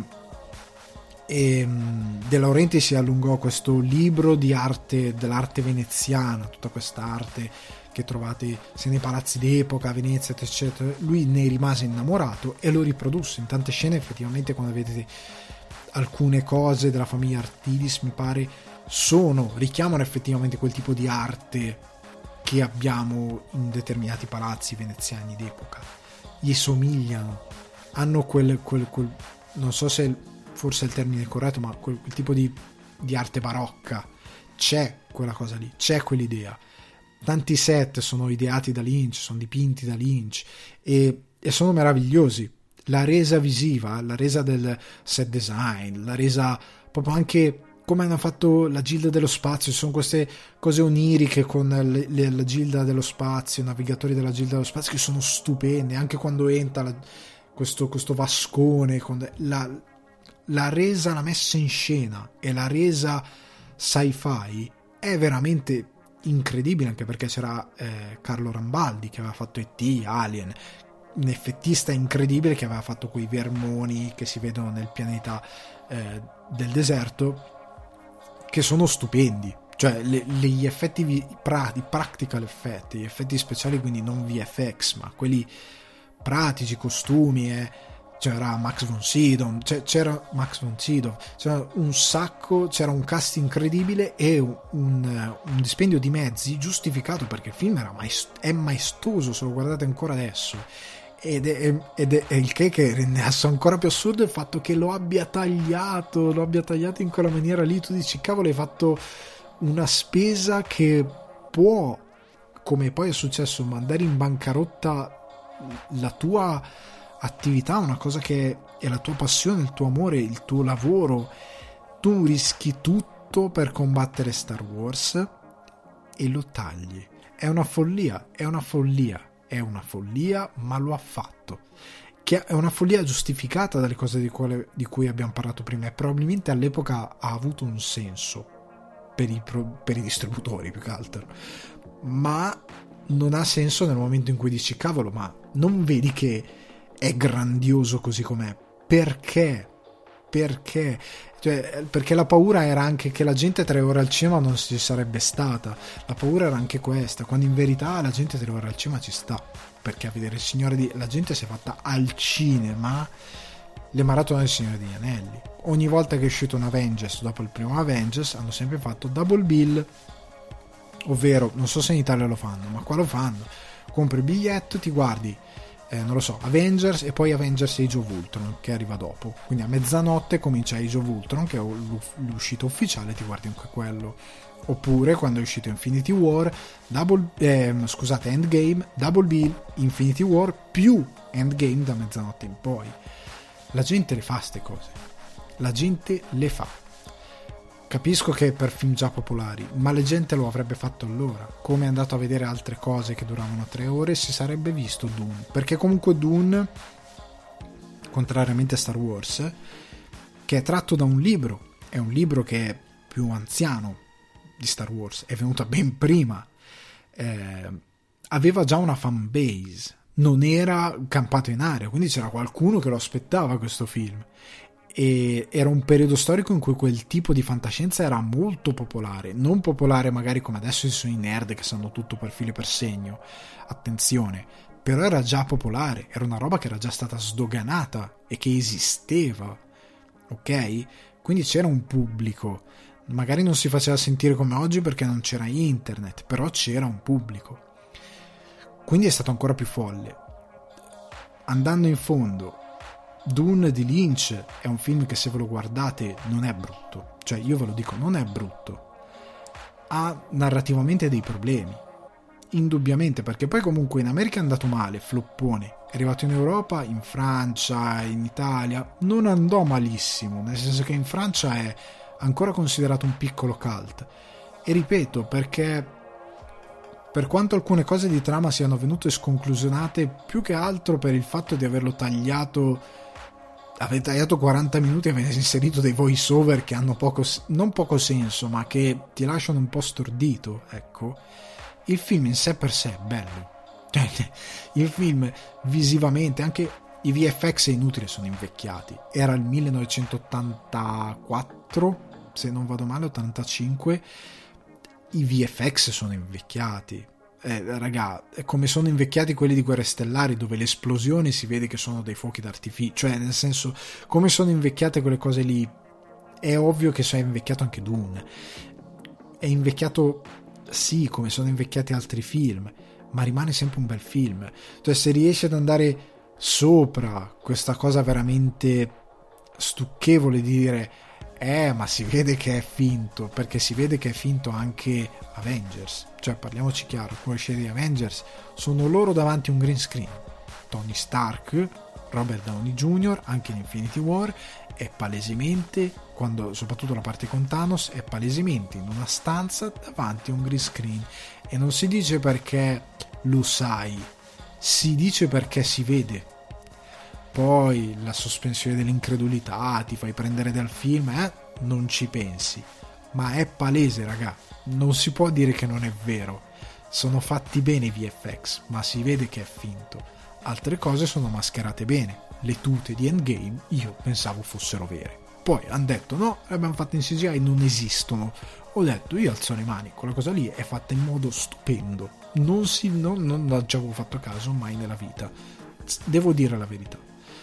e De Laurenti si allungò questo libro di arte, dell'arte veneziana, tutta questa arte che trovate sia nei palazzi d'epoca, a Venezia, eccetera. Lui ne rimase innamorato e lo riprodusse in tante scene. Effettivamente, quando vedete alcune cose della famiglia Artidis, mi pare, sono, richiamano effettivamente quel tipo di arte che abbiamo in determinati palazzi veneziani d'epoca. Gli somigliano, hanno quel, quel, quel non so se forse è il termine corretto, ma quel, quel tipo di, di arte barocca. C'è quella cosa lì, c'è quell'idea. Tanti set sono ideati da Lynch, sono dipinti da Lynch e, e sono meravigliosi. La resa visiva, la resa del set design, la resa proprio anche come hanno fatto la Gilda dello Spazio. Ci sono queste cose oniriche con le, le, la Gilda dello Spazio, i navigatori della Gilda dello Spazio, che sono stupende, anche quando entra la, questo, questo vascone, con la, la resa, la messa in scena e la resa sci-fi è veramente incredibile, anche perché c'era eh, Carlo Rambaldi che aveva fatto E T, Alien, un effettista incredibile che aveva fatto quei vermoni che si vedono nel pianeta eh, del deserto, che sono stupendi. Cioè le, le, gli effetti vi, pra, i practical effetti, gli effetti speciali, quindi non V F X ma quelli pratici, costumi, eh. C'era Max von Sydow, c'era Max von Sydow, c'era un sacco, c'era un cast incredibile e un, un, un dispendio di mezzi giustificato, perché il film era maest- è maestoso se lo guardate ancora adesso. Ed è, ed è, è il che che rende ancora più assurdo il fatto che lo abbia tagliato, lo abbia tagliato in quella maniera lì. Tu dici, cavolo, hai fatto una spesa che può, come poi è successo, mandare in bancarotta la tua attività, una cosa che è la tua passione, il tuo amore, il tuo lavoro. Tu rischi tutto per combattere Star Wars e lo tagli. È una follia, è una follia, è una follia, ma lo ha fatto. Che è una follia giustificata dalle cose di, quale, di cui abbiamo parlato prima, e probabilmente all'epoca ha avuto un senso per i, per i distributori più che altro, ma non ha senso nel momento in cui dici, cavolo, ma non vedi che è grandioso così com'è? Perché? Perché? Cioè, perché la paura era anche che la gente tre ore al cinema non ci sarebbe stata. La paura era anche questa, quando in verità la gente tre ore al cinema ci sta, perché a vedere il Signore di... la gente si è fatta al cinema le maratone del Signore degli Anelli. Ogni volta che è uscito un Avengers, dopo il primo Avengers, hanno sempre fatto double bill, ovvero, non so se in Italia lo fanno, ma qua lo fanno. Compri il biglietto, ti guardi Eh, non lo so, Avengers e poi Avengers Age of Ultron che arriva dopo, quindi a mezzanotte comincia Age of Ultron che è l'uscita ufficiale, ti guardi anche quello. Oppure quando è uscito Infinity War, double, eh, scusate Endgame, double bill, Infinity War più Endgame da mezzanotte in poi. La gente le fa ste cose, la gente le fa. Capisco che per film già popolari, ma la gente lo avrebbe fatto allora. Come è andato a vedere altre cose che duravano tre ore, si sarebbe visto Dune. Perché comunque Dune, contrariamente a Star Wars, che è tratto da un libro, è un libro che è più anziano di Star Wars, è venuta ben prima, eh, aveva già una fan base, non era campato in aria, quindi c'era qualcuno che lo aspettava questo film. E era un periodo storico in cui quel tipo di fantascienza era molto popolare, non popolare magari come adesso ci sono i nerd che sanno tutto per filo e per segno, attenzione, però era già popolare, era una roba che era già stata sdoganata e che esisteva, ok? Quindi c'era un pubblico, magari non si faceva sentire come oggi perché non c'era internet, però c'era un pubblico, quindi è stato ancora più folle. Andando in fondo, Dune di Lynch è un film che, se ve lo guardate, non è brutto, cioè io ve lo dico, non è brutto, ha narrativamente dei problemi, indubbiamente, perché poi comunque in America è andato male, floppone, è arrivato in Europa, in Francia, in Italia non andò malissimo, nel senso che in Francia è ancora considerato un piccolo cult, e ripeto, perché per quanto alcune cose di trama siano venute sconclusionate, più che altro per il fatto di averlo tagliato, avete tagliato quaranta minuti e avete inserito dei voice over che hanno poco, non poco senso, ma che ti lasciano un po' stordito, ecco. Il film in sé per sé è bello, cioè, il film visivamente, anche I V F X è inutile, sono invecchiati. Era il millenovecentottantaquattro, se non vado male, ottantacinque. I V F X sono invecchiati. Eh, raga, è come sono invecchiati quelli di Guerre Stellari, dove le esplosioni si vede che sono dei fuochi d'artificio, cioè nel senso, come sono invecchiate quelle cose lì. È ovvio che sia invecchiato anche Dune, è invecchiato sì, come sono invecchiati altri film, ma rimane sempre un bel film. Cioè, se riesce ad andare sopra questa cosa veramente stucchevole di dire eh ma si vede che è finto, perché si vede che è finto anche Avengers, cioè parliamoci chiaro, alcune scene di Avengers sono loro davanti a un green screen, Tony Stark, Robert Downey junior anche in Infinity War è palesemente, quando soprattutto la parte con Thanos, è palesemente in una stanza davanti a un green screen, e non si dice perché lo sai, si dice perché si vede. Poi la sospensione dell'incredulità, ti fai prendere dal film, eh? Non ci pensi, ma è palese, raga, non si può dire che non è vero. Sono fatti bene i V F X, ma si vede che è finto. Altre cose sono mascherate bene. Le tute di Endgame io pensavo fossero vere, poi hanno detto no, le abbiamo fatte in C G I, non esistono. Ho detto, io alzo le mani, quella cosa lì è fatta in modo stupendo, non si non, non ci avevo fatto caso mai nella vita, devo dire la verità.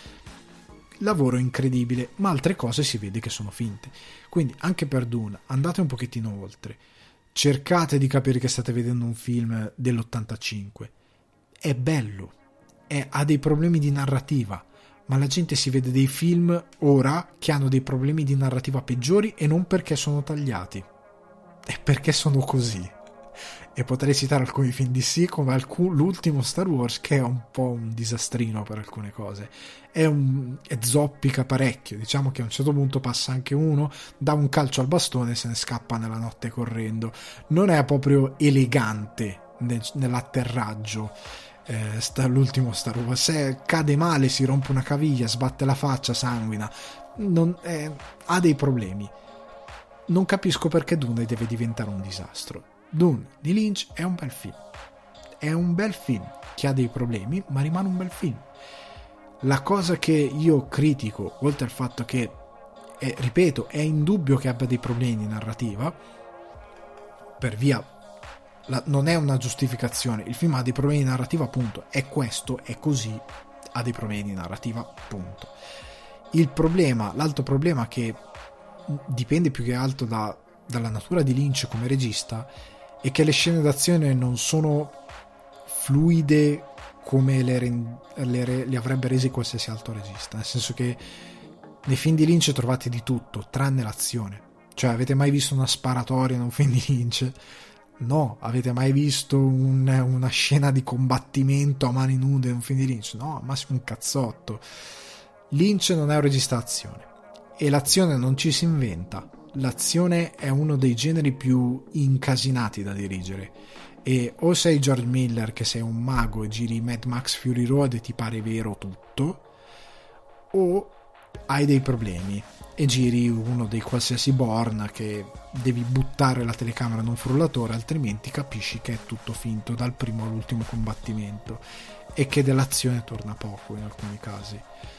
Lavoro incredibile, ma altre cose si vede che sono finte. Quindi anche per Dune andate un pochettino oltre, cercate di capire che state vedendo un film dell'ottantacinque, è bello, è, ha dei problemi di narrativa, ma la gente si vede dei film ora che hanno dei problemi di narrativa peggiori, e non perché sono tagliati, è perché sono così. E potrei citare alcuni film D C come alcun, l'ultimo Star Wars, che è un po' un disastrino per alcune cose, è, un, è zoppica parecchio, diciamo che a un certo punto passa anche uno, dà un calcio al bastone e se ne scappa nella notte correndo, non è proprio elegante nel, nell'atterraggio. Eh, sta, l'ultimo Star Wars, se cade male, si rompe una caviglia, sbatte la faccia, sanguina, non, eh, ha dei problemi. Non capisco perché Dune deve diventare un disastro. Dune di Lynch è un bel film, è un bel film che ha dei problemi, ma rimane un bel film. La cosa che io critico, oltre al fatto che è, ripeto, è indubbio che abbia dei problemi di narrativa, per via la, non è una giustificazione, il film ha dei problemi di narrativa, punto, è questo, è così, ha dei problemi di narrativa, punto. Il problema, l'altro problema, che dipende più che altro da, dalla natura di Lynch come regista, è che le scene d'azione non sono fluide come le, le, le avrebbe rese qualsiasi altro regista, nel senso che nei film di Lynch trovate di tutto tranne l'azione. Cioè, avete mai visto una sparatoria in un film di Lynch? No. Avete mai visto un, una scena di combattimento a mani nude in un film di Lynch? No, al massimo un cazzotto. Lynch non è un regista d'azione, e l'azione non ci si inventa. L'azione è uno dei generi più incasinati da dirigere, e o sei George Miller che sei un mago e giri Mad Max Fury Road e ti pare vero tutto, o hai dei problemi e giri uno dei qualsiasi Bourne che devi buttare la telecamera in un frullatore, altrimenti capisci che è tutto finto dal primo all'ultimo combattimento e che dell'azione torna poco in alcuni casi.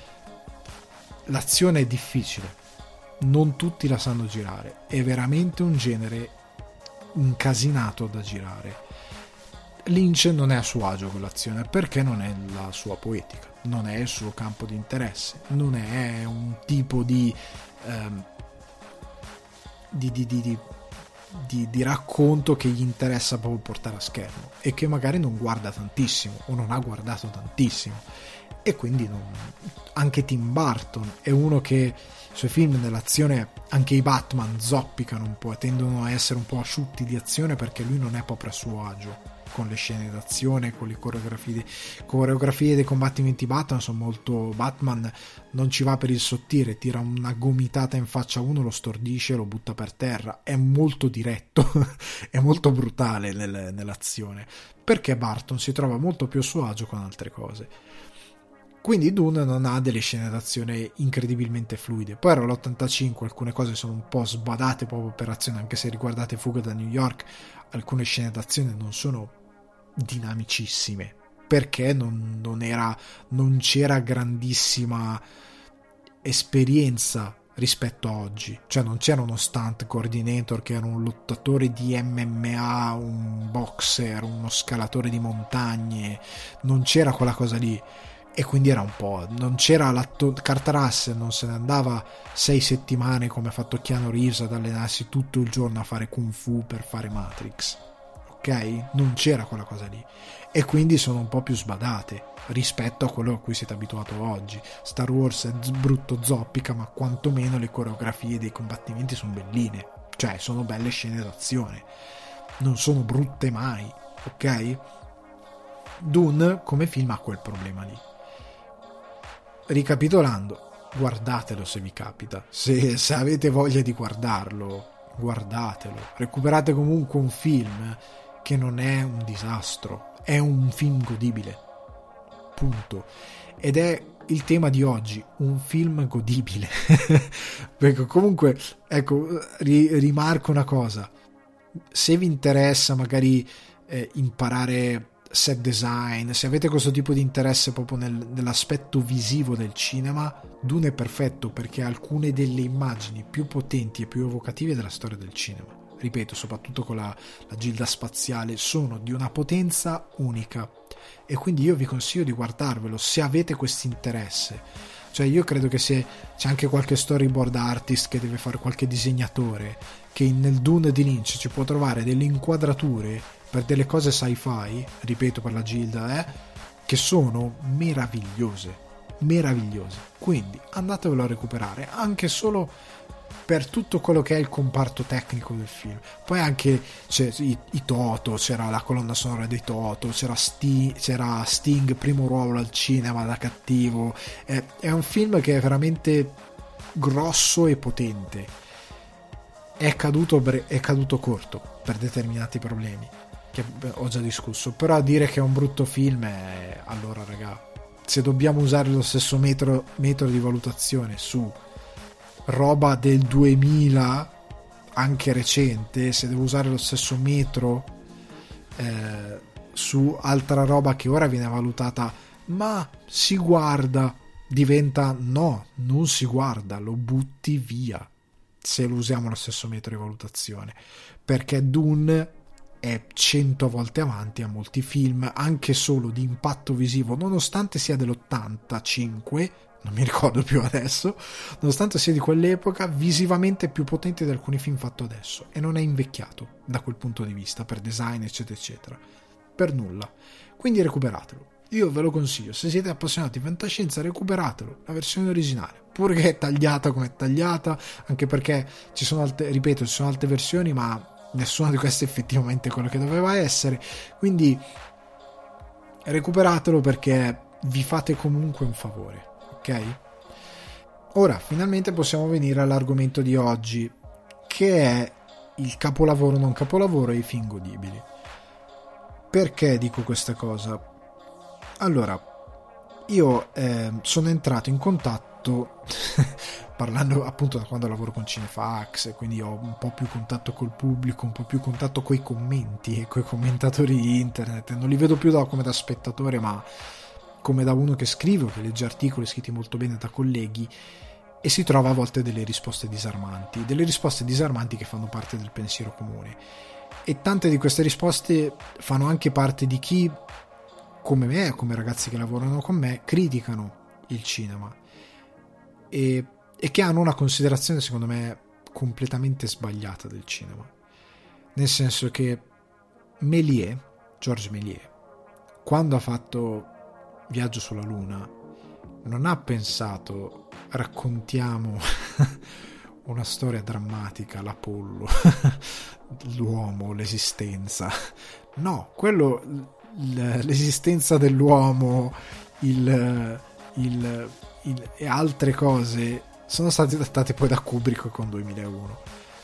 L'azione è difficile, non tutti la sanno girare, è veramente un genere incasinato da girare. Lynch non è a suo agio con l'azione perché non è la sua poetica, non è il suo campo di interesse, non è un tipo di ehm, di, di, di, di, di, di racconto che gli interessa proprio portare a schermo, e che magari non guarda tantissimo o non ha guardato tantissimo, e quindi non... anche Tim Burton è uno che i suoi film nell'azione, anche i Batman, zoppicano un po' e tendono a essere un po' asciutti di azione, perché lui non è proprio a suo agio con le scene d'azione, con le coreografie coreografie dei combattimenti. Batman sono molto, Batman non ci va per il sottile, tira una gomitata in faccia a uno, lo stordisce e lo butta per terra, è molto diretto è molto brutale nel, nell'azione, perché Burton si trova molto più a suo agio con altre cose. Quindi Dune non ha delle scene d'azione incredibilmente fluide. Poi era l'ottantacinque, alcune cose sono un po' sbadate proprio per azione, anche se riguardate Fuga da New York, alcune scene d'azione non sono dinamicissime, perché non, non era non c'era grandissima esperienza rispetto a oggi, cioè non c'era uno stunt coordinator che era un lottatore di M M A, un boxer, uno scalatore di montagne, non c'era quella cosa lì, e quindi era un po', non c'era l'atto, Kurt Russell non se ne andava sei settimane come ha fatto Keanu Reeves ad allenarsi tutto il giorno a fare kung fu per fare Matrix, ok? Non c'era quella cosa lì, e quindi sono un po' più sbadate rispetto a quello a cui siete abituato oggi. Star Wars è brutto, zoppica, ma quantomeno le coreografie dei combattimenti sono belline, cioè sono belle scene d'azione, non sono brutte mai, ok? Dune come film ha quel problema lì. Ricapitolando, guardatelo se vi capita, se, se avete voglia di guardarlo, guardatelo, recuperate comunque un film che non è un disastro, è un film godibile, punto. Ed è il tema di oggi, un film godibile. Perché comunque, ecco, ri- rimarco una cosa: se vi interessa magari eh, imparare set design, se avete questo tipo di interesse proprio nel, nell'aspetto visivo del cinema, Dune è perfetto, perché ha alcune delle immagini più potenti e più evocative della storia del cinema. Ripeto, soprattutto con la, la gilda spaziale, sono di una potenza unica, e quindi io vi consiglio di guardarvelo se avete questo interesse. Cioè io credo che se c'è anche qualche storyboard artist che deve fare, qualche disegnatore che nel Dune di Lynch ci può trovare delle inquadrature per delle cose sci-fi, ripeto, per la gilda, eh, che sono meravigliose, meravigliose. Quindi andatevelo a recuperare, anche solo per tutto quello che è il comparto tecnico del film. Poi anche c'è i, i Toto, c'era la colonna sonora dei Toto, c'era Sting, c'era Sting primo ruolo al cinema da cattivo. È, è un film che è veramente grosso e potente. È caduto, è caduto corto per determinati problemi che ho già discusso, però a dire che è un brutto film è... allora raga, se dobbiamo usare lo stesso metro, metodo di valutazione su roba del duemila anche recente, se devo usare lo stesso metro eh, su altra roba che ora viene valutata ma si guarda, diventa no, non si guarda, lo butti via se lo usiamo lo stesso metro di valutazione, perché Dune è cento volte avanti a molti film anche solo di impatto visivo, nonostante sia dell'ottantacinque, non mi ricordo più adesso, nonostante sia di quell'epoca, visivamente più potente di alcuni film fatto adesso, e non è invecchiato da quel punto di vista, per design eccetera eccetera, per nulla. Quindi recuperatelo, io ve lo consiglio, se siete appassionati di fantascienza recuperatelo, la versione originale, pure che è tagliata come è tagliata, anche perché ci sono altre, ripeto, ci sono altre versioni, ma nessuna di queste è effettivamente quello che doveva essere, quindi recuperatelo perché vi fate comunque un favore. Ok? Ora finalmente possiamo venire all'argomento di oggi, che è il capolavoro non capolavoro e i film godibili. Perché dico questa cosa? Allora, io eh, sono entrato in contatto parlando appunto da quando lavoro con Cinefax, e quindi ho un po' più contatto col pubblico, un po' più contatto coi commenti e coi commentatori di internet. Non li vedo più da, come da spettatore, ma come da uno che scrive o che legge articoli scritti molto bene da colleghi, e si trova a volte delle risposte disarmanti, delle risposte disarmanti che fanno parte del pensiero comune, e tante di queste risposte fanno anche parte di chi, come me, come ragazzi che lavorano con me, criticano il cinema e, e che hanno una considerazione secondo me completamente sbagliata del cinema, nel senso che Méliès, Georges Méliès, quando ha fatto Viaggio sulla Luna, non ha pensato raccontiamo una storia drammatica, l'Apollo, l'uomo, l'esistenza. No, quello, l'esistenza dell'uomo, il, il, il, e altre cose sono state trattate poi da Kubrick con duemilauno,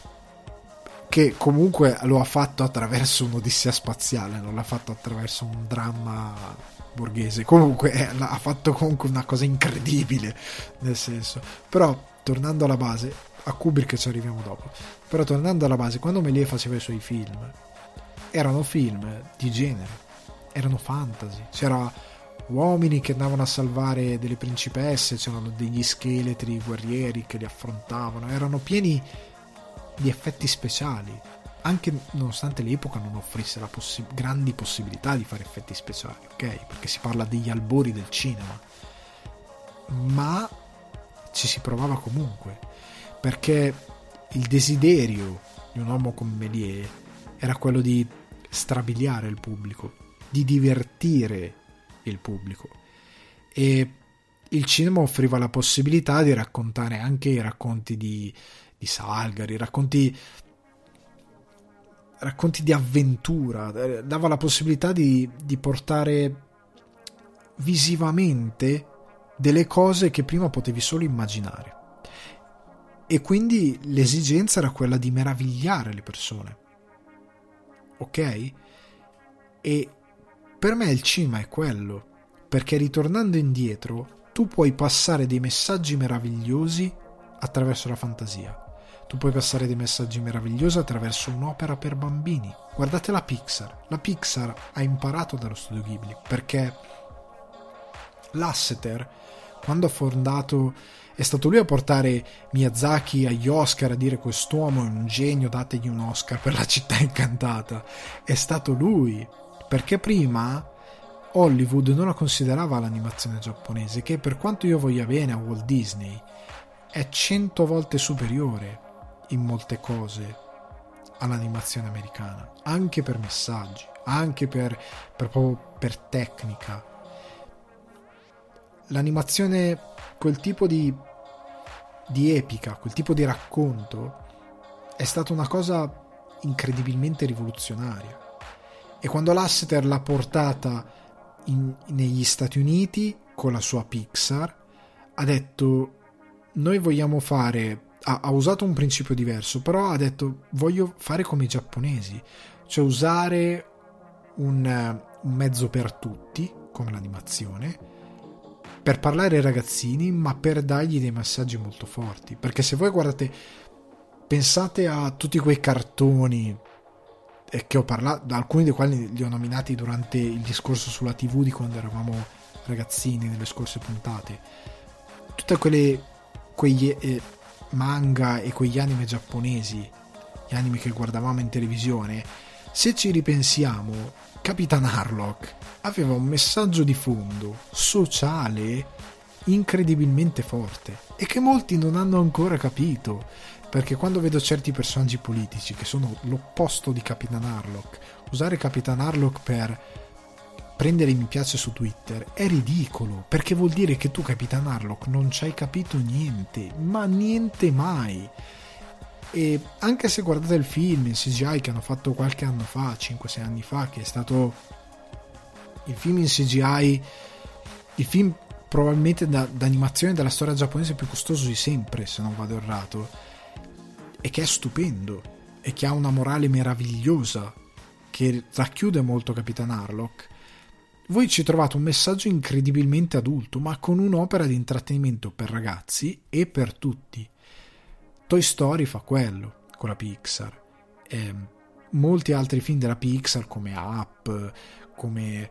che comunque lo ha fatto attraverso un'odissea spaziale, non l'ha fatto attraverso un dramma borghese. Comunque eh, ha fatto comunque una cosa incredibile, nel senso. Però tornando alla base, a Kubrick ci arriviamo dopo, però tornando alla base, quando Méliès faceva i suoi film erano film di genere, erano fantasy, c'era uomini che andavano a salvare delle principesse, c'erano degli scheletri guerrieri che li affrontavano, erano pieni di effetti speciali, anche nonostante l'epoca non offrisse la possi- grandi possibilità di fare effetti speciali, ok? Perché si parla degli albori del cinema, ma ci si provava comunque, perché il desiderio di un uomo come Méliès era quello di strabiliare il pubblico, di divertire il pubblico, e il cinema offriva la possibilità di raccontare anche i racconti di, di Salgari, racconti racconti di avventura, dava la possibilità di, di portare visivamente delle cose che prima potevi solo immaginare, e quindi l'esigenza era quella di meravigliare le persone, ok? E per me il cinema è quello, perché ritornando indietro tu puoi passare dei messaggi meravigliosi attraverso la fantasia, tu puoi passare dei messaggi meravigliosi attraverso un'opera per bambini. Guardate la Pixar, la Pixar ha imparato dallo studio Ghibli, perché Lasseter, quando ha fondato, è stato lui a portare Miyazaki agli Oscar, a dire quest'uomo è un genio, dategli un Oscar per La città incantata. È stato lui, perché prima Hollywood non la considerava l'animazione giapponese, che per quanto io voglia bene a Walt Disney è cento volte superiore in molte cose all'animazione americana, anche per messaggi, anche per, per, proprio per tecnica. L'animazione, quel tipo di, di epica, quel tipo di racconto è stata una cosa incredibilmente rivoluzionaria, e quando Lasseter l'ha portata in, negli Stati Uniti con la sua Pixar, ha detto noi vogliamo fare, ha, ha usato un principio diverso, però ha detto voglio fare come i giapponesi, cioè usare un, un mezzo per tutti come l'animazione, per parlare ai ragazzini, ma per dargli dei messaggi molto forti. Perché se voi guardate, pensate a tutti quei cartoni che ho parlato, alcuni dei quali li ho nominati durante il discorso sulla tivù di quando eravamo ragazzini nelle scorse puntate, tutte quelle quegli eh, manga e quegli anime giapponesi, gli anime che guardavamo in televisione, se ci ripensiamo, Capitan Harlock aveva un messaggio di fondo sociale incredibilmente forte, e che molti non hanno ancora capito, perché quando vedo certi personaggi politici che sono l'opposto di Capitan Harlock, usare Capitan Harlock per prendere mi piace su Twitter è ridicolo, perché vuol dire che tu Capitan Harlock non ci hai capito niente, ma niente mai. E anche se guardate il film in C G I che hanno fatto qualche anno fa, cinque sei anni fa, che è stato il film in C G I, il film probabilmente da, d'animazione della storia giapponese più costoso di sempre, se non vado errato, e che è stupendo e che ha una morale meravigliosa che racchiude molto Capitan Harlock, voi ci trovate un messaggio incredibilmente adulto, ma con un'opera di intrattenimento per ragazzi e per tutti. Toy Story fa quello con la Pixar, e molti altri film della Pixar come Up, come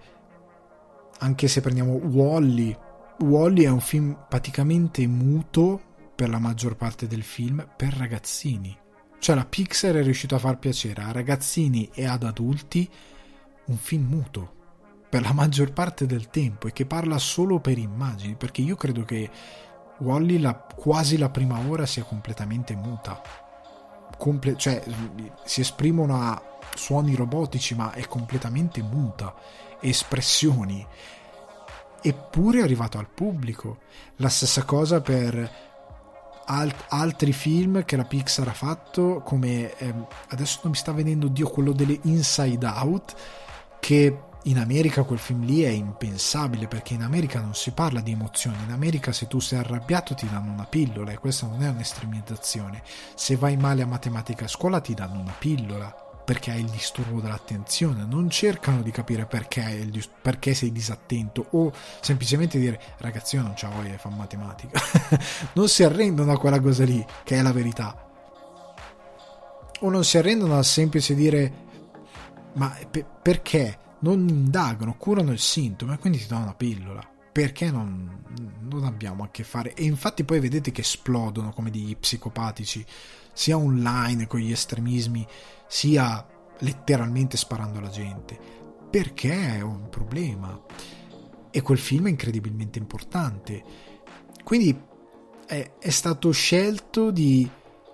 anche se prendiamo Wall-E, Wall-E è un film praticamente muto per la maggior parte del film per ragazzini, cioè la Pixar è riuscita a far piacere a ragazzini e ad adulti un film muto per la maggior parte del tempo e che parla solo per immagini, perché io credo che Wall-E la, quasi la prima ora sia completamente muta, Comple- cioè si esprimono a suoni robotici ma è completamente muta, espressioni, eppure è arrivato al pubblico. La stessa cosa per alt- altri film che la Pixar ha fatto, come ehm, adesso non mi sta venendo Dio quello delle Inside Out, che in America quel film lì è impensabile, perché in America non si parla di emozioni, in America se tu sei arrabbiato ti danno una pillola, e questa non è un'estremizzazione. Se vai male a matematica a scuola ti danno una pillola perché hai il disturbo dell'attenzione, non cercano di capire perché, hai il dis- perché sei disattento, o semplicemente dire ragazzi io non c'ho voglia di fare matematica. Non si arrendono a quella cosa lì che è la verità, o non si arrendono al semplice dire ma pe- perché non indagano, curano il sintomo e quindi ti danno una pillola. Perché non, non abbiamo a che fare? E infatti poi vedete che esplodono come degli psicopatici, sia online con gli estremismi, sia letteralmente sparando alla gente. Perché è un problema. E quel film è incredibilmente importante. Quindi è, è stato scelto di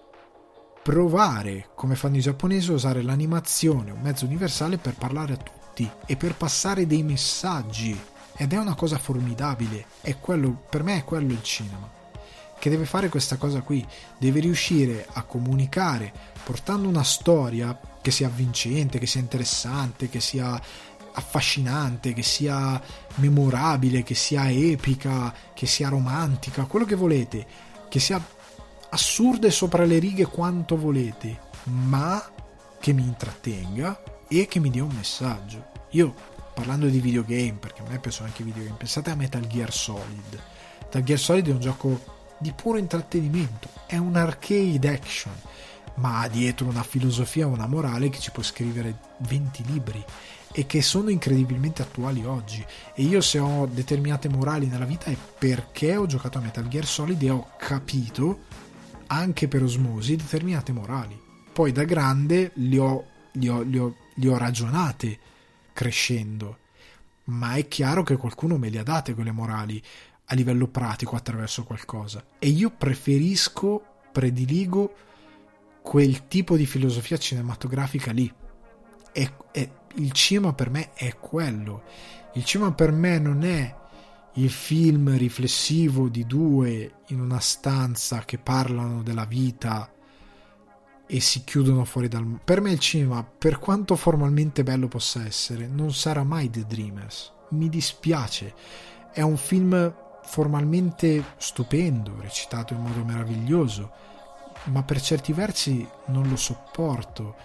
provare, come fanno i giapponesi, a usare l'animazione, un mezzo universale per parlare a tutti e per passare dei messaggi. Ed è una cosa formidabile. È quello, per me è quello il cinema, che deve fare questa cosa qui. Deve riuscire a comunicare portando una storia che sia avvincente, che sia interessante, che sia affascinante, che sia memorabile, che sia epica, che sia romantica, quello che volete, che sia assurda e sopra le righe quanto volete, ma che mi intrattenga e che mi dia un messaggio. Io, parlando di videogame, perché a me piacciono anche i videogame, pensate a Metal Gear Solid. Metal Gear Solid è un gioco di puro intrattenimento, è un arcade action, ma ha dietro una filosofia, una morale che ci può scrivere venti libri e che sono incredibilmente attuali oggi. E io, se ho determinate morali nella vita, è perché ho giocato a Metal Gear Solid e ho capito anche per osmosi determinate morali. Poi da grande li ho, li ho, li ho, li ho ragionate crescendo, ma è chiaro che qualcuno me le ha date quelle morali a livello pratico attraverso qualcosa, e io preferisco, prediligo quel tipo di filosofia cinematografica lì. E, e il cinema per me è quello. Il cinema per me non è il film riflessivo di due in una stanza che parlano della vita e si chiudono fuori dal mondo. Per me il cinema, per quanto formalmente bello possa essere, non sarà mai The Dreamers. Mi dispiace. È un film formalmente stupendo, recitato in modo meraviglioso, ma per certi versi non lo sopporto,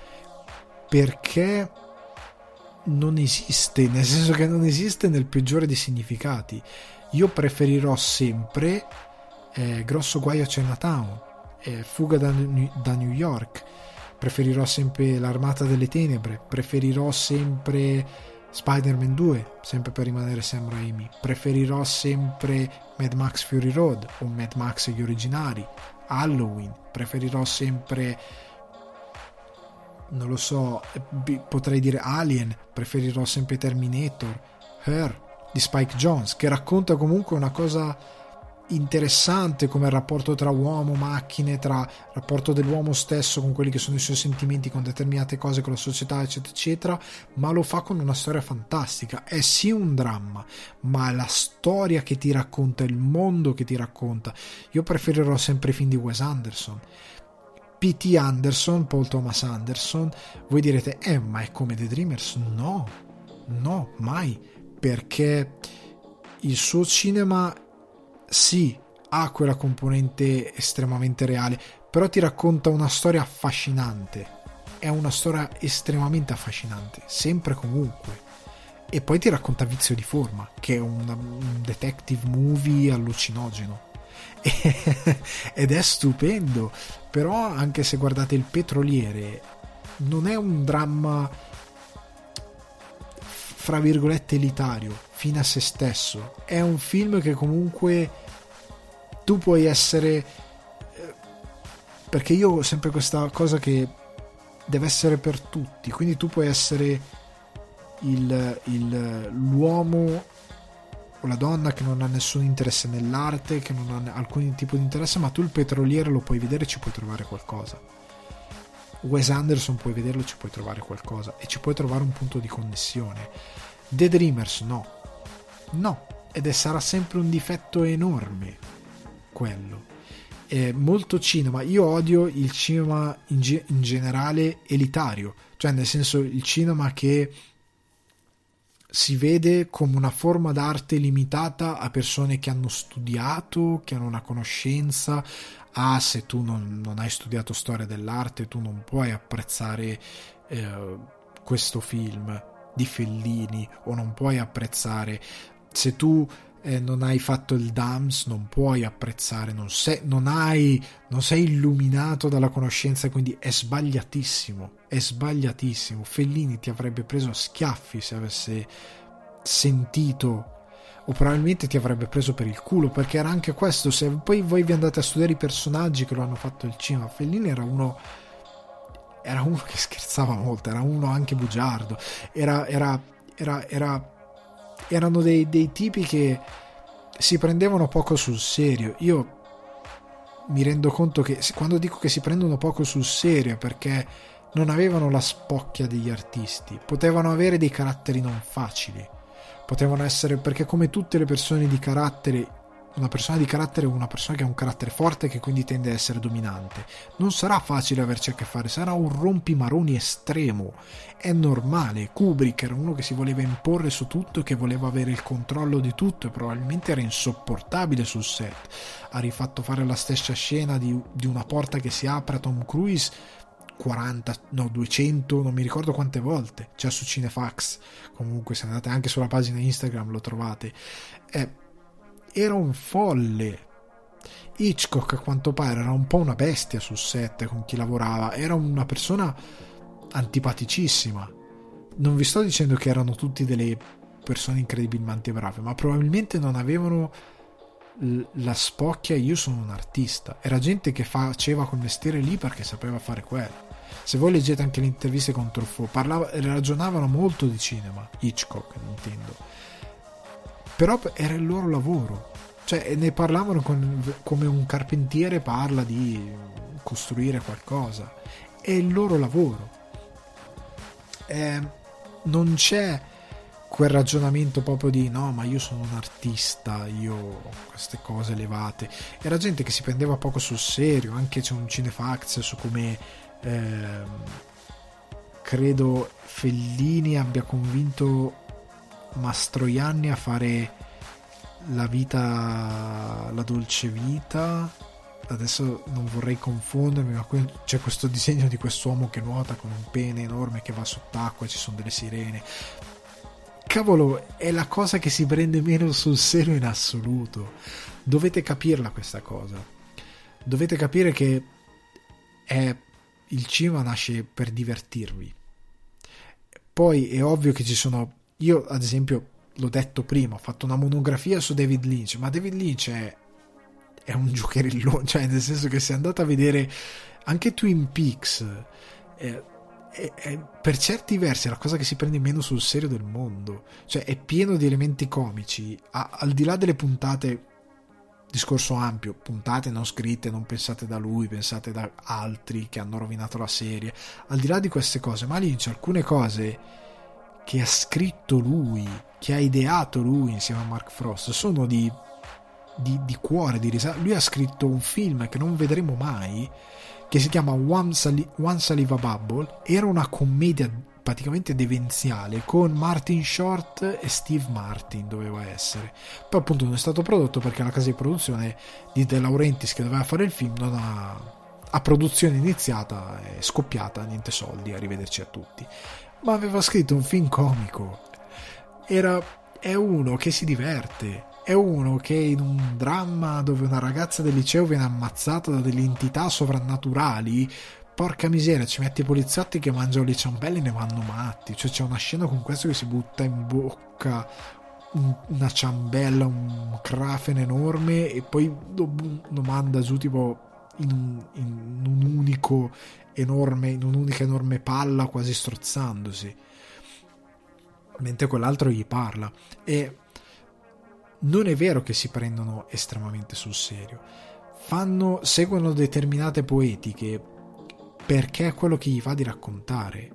perché non esiste, nel senso che non esiste nel peggiore dei significati. Io preferirò sempre eh, Grosso guaio a Chinatown, eh, Fuga da, da New York, preferirò sempre L'Armata delle Tenebre, preferirò sempre Spider-Man due, sempre per rimanere Sam Raimi, preferirò sempre Mad Max Fury Road o Mad Max gli originali, Halloween, preferirò sempre, non lo so, potrei dire Alien, preferirò sempre Terminator, Her di Spike Jonze, che racconta comunque una cosa interessante come il rapporto tra uomo, macchine, tra il rapporto dell'uomo stesso con quelli che sono i suoi sentimenti, con determinate cose, con la società, eccetera eccetera, ma lo fa con una storia fantastica. È sì un dramma, ma la storia che ti racconta, il mondo che ti racconta. Io preferirò sempre i film di Wes Anderson, P T Anderson, Paul Thomas Anderson. Voi direte, eh ma è come The Dreamers? No, no, mai, perché il suo cinema sì, ha quella componente estremamente reale, però ti racconta una storia affascinante. È una storia estremamente affascinante, sempre e comunque. E poi ti racconta Vizio di forma, che è un, un detective movie allucinogeno. Ed è stupendo. Però anche se guardate Il Petroliere, non è un dramma fra virgolette elitario, fine a se stesso. È un film che comunque tu puoi essere, perché io ho sempre questa cosa che deve essere per tutti, quindi tu puoi essere il, il, l'uomo o la donna che non ha nessun interesse nell'arte, che non ha alcun tipo di interesse, ma tu Il Petroliere lo puoi vedere e ci puoi trovare qualcosa. Wes Anderson puoi vederlo e ci puoi trovare qualcosa, e ci puoi trovare un punto di connessione. The Dreamers no, no, ed è, sarà sempre un difetto enorme quello. È molto cinema. Io odio il cinema in, ge- in generale elitario, cioè nel senso il cinema che si vede come una forma d'arte limitata a persone che hanno studiato, che hanno una conoscenza. Ah, se tu non, non hai studiato storia dell'arte, tu non puoi apprezzare eh, questo film di Fellini, o non puoi apprezzare. se tu eh, non hai fatto il D A M S non puoi apprezzare, non sei, non hai, non sei illuminato dalla conoscenza, quindi è sbagliatissimo, è sbagliatissimo. Fellini ti avrebbe preso a schiaffi se avesse sentito, o probabilmente ti avrebbe preso per il culo, perché era anche questo. Se poi voi vi andate a studiare i personaggi che lo hanno fatto il cinema, Fellini era uno era uno che scherzava molto, era uno anche bugiardo, era, era, era, era erano dei, dei tipi che si prendevano poco sul serio. Io mi rendo conto che quando dico che si prendono poco sul serio è perché non avevano la spocchia degli artisti, potevano avere dei caratteri non facili, potevano essere, perché come tutte le persone di carattere, una persona di carattere è una persona che ha un carattere forte, che quindi tende a essere dominante. Non sarà facile averci a che fare, sarà un rompimaroni estremo, è normale. Kubrick era uno che si voleva imporre su tutto, che voleva avere il controllo di tutto, e probabilmente era insopportabile sul set. Ha rifatto fare la stessa scena di, di una porta che si apre a Tom Cruise quaranta, no duecento, non mi ricordo quante volte, c'è su Cinefax, comunque se andate anche sulla pagina Instagram lo trovate. eh, era un folle. Hitchcock a quanto pare era un po' una bestia sul set con chi lavorava, era una persona antipaticissima. Non vi sto dicendo che erano tutti delle persone incredibilmente brave, ma probabilmente non avevano la spocchia io sono un artista. Era gente che faceva quel mestiere lì perché sapeva fare quello. Se voi leggete anche le interviste con Truffaut, parlava, ragionavano molto di cinema, Hitchcock intendo, però era il loro lavoro, cioè ne parlavano con, come un carpentiere parla di costruire qualcosa, è il loro lavoro. Eh, non c'è quel ragionamento proprio di no ma io sono un artista, io ho queste cose elevate. Era gente che si prendeva poco sul serio. Anche c'è un Cinefax su come eh, credo Fellini abbia convinto Mastroianni a fare la vita, la dolce vita. Adesso non vorrei confondermi, ma c'è questo disegno di quest'uomo che nuota con un pene enorme che va sott'acqua e ci sono delle sirene. Cavolo, è la cosa che si prende meno sul serio in assoluto. Dovete capirla questa cosa. Dovete capire che è, il cinema nasce per divertirvi. Poi è ovvio che ci sono... Io, ad esempio, l'ho detto prima, ho fatto una monografia su David Lynch, ma David Lynch è, è un giocherellone, cioè nel senso che se andate a vedere anche Twin Peaks... È, È, è, per certi versi è la cosa che si prende meno sul serio del mondo, cioè è pieno di elementi comici, a, al di là delle puntate, discorso ampio, puntate non scritte, non pensate da lui, pensate da altri che hanno rovinato la serie, al di là di queste cose, ma lì c'è alcune cose che ha scritto lui, che ha ideato lui insieme a Mark Frost, sono di, di, di cuore, di risata. Lui ha scritto un film che non vedremo mai, che si chiama One, Sali- One Saliva Bubble. Era una commedia praticamente demenziale con Martin Short e Steve Martin, doveva essere. Poi appunto non è stato prodotto perché la casa di produzione di De Laurentiis, che doveva fare il film, non ha, a produzione iniziata è scoppiata, niente soldi, arrivederci a tutti. Ma aveva scritto un film comico. Era, è uno che si diverte. È uno che in un dramma dove una ragazza del liceo viene ammazzata da delle entità sovrannaturali, porca miseria, ci metti i poliziotti che mangiano le ciambelle e ne vanno matti. Cioè c'è una scena con questo che si butta in bocca un, una ciambella, un krafen enorme, e poi lo, lo manda giù tipo in un, in un unico enorme, in un'unica enorme palla, quasi strozzandosi, mentre quell'altro gli parla. E non è vero che si prendono estremamente sul serio, fanno, seguono determinate poetiche perché è quello che gli va di raccontare.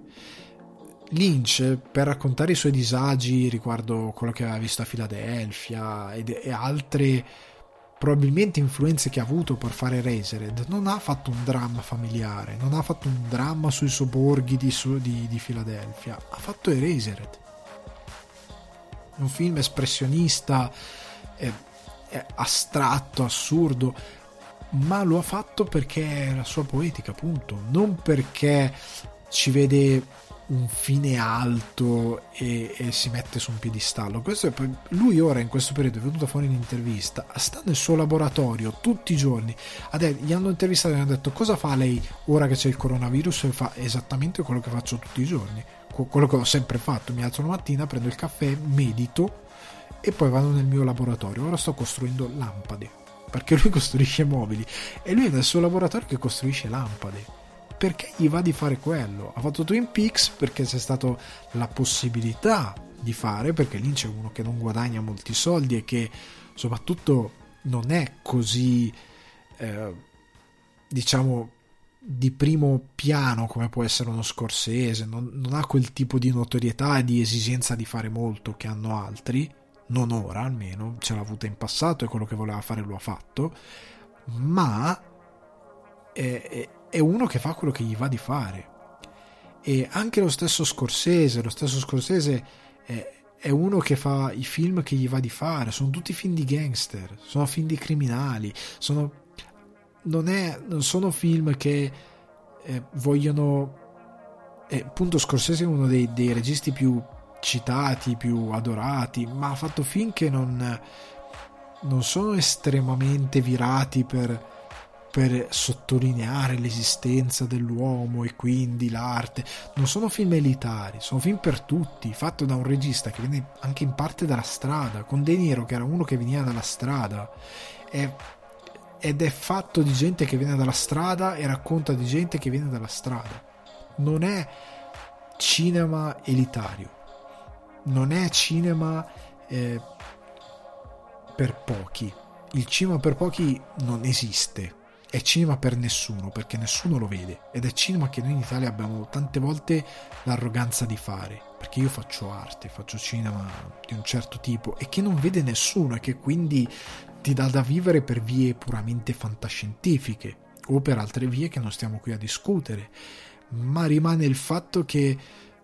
Lynch, per raccontare i suoi disagi riguardo quello che aveva visto a Filadelfia ed, e altre probabilmente influenze che ha avuto per fare Eraserhead, non ha fatto un dramma familiare, non ha fatto un dramma sui sobborghi di, di, di Filadelfia, ha fatto Eraserhead, un film espressionista, è, è astratto, assurdo, ma lo ha fatto perché è la sua poetica, appunto, non perché ci vede un fine alto e, e si mette su un piedistallo. Questo è poi, lui ora in questo periodo è venuto fuori in intervista, sta nel suo laboratorio tutti i giorni. Adesso gli hanno intervistato e gli hanno detto: cosa fa lei ora che c'è il coronavirus? E fa esattamente quello che faccio tutti i giorni, quello che ho sempre fatto. Mi alzo la mattina, prendo il caffè, medito e poi vado nel mio laboratorio. Ora sto costruendo lampade, perché lui costruisce mobili e lui è nel suo laboratorio che costruisce lampade, perché gli va di fare quello. Ha fatto Twin Peaks perché c'è stata la possibilità di fare, perché lì c'è uno che non guadagna molti soldi e che soprattutto non è così eh, diciamo di primo piano come può essere uno Scorsese, non, non ha quel tipo di notorietà e di esigenza di fare molto che hanno altri, non ora almeno, ce l'ha avuta in passato e quello che voleva fare lo ha fatto, ma è, è è uno che fa quello che gli va di fare. E anche lo stesso Scorsese lo stesso Scorsese è, è uno che fa i film che gli va di fare, sono tutti film di gangster, sono film di criminali, sono non, è, non sono film che eh, vogliono eh, appunto Scorsese è uno dei, dei registi più citati, più adorati, ma ha fatto film che non, non sono estremamente virati per per sottolineare l'esistenza dell'uomo e quindi l'arte. Non sono film elitari, sono film per tutti, fatto da un regista che viene anche in parte dalla strada, con De Niro che era uno che veniva dalla strada, e, ed è fatto di gente che viene dalla strada e racconta di gente che viene dalla strada. Non è cinema elitario, non è cinema eh, per pochi. Il cinema per pochi non esiste, è cinema per nessuno, perché nessuno lo vede, ed è cinema che noi in Italia abbiamo tante volte l'arroganza di fare, perché io faccio arte, faccio cinema di un certo tipo e che non vede nessuno e che quindi ti dà da vivere per vie puramente fantascientifiche o per altre vie che non stiamo qui a discutere, ma rimane il fatto che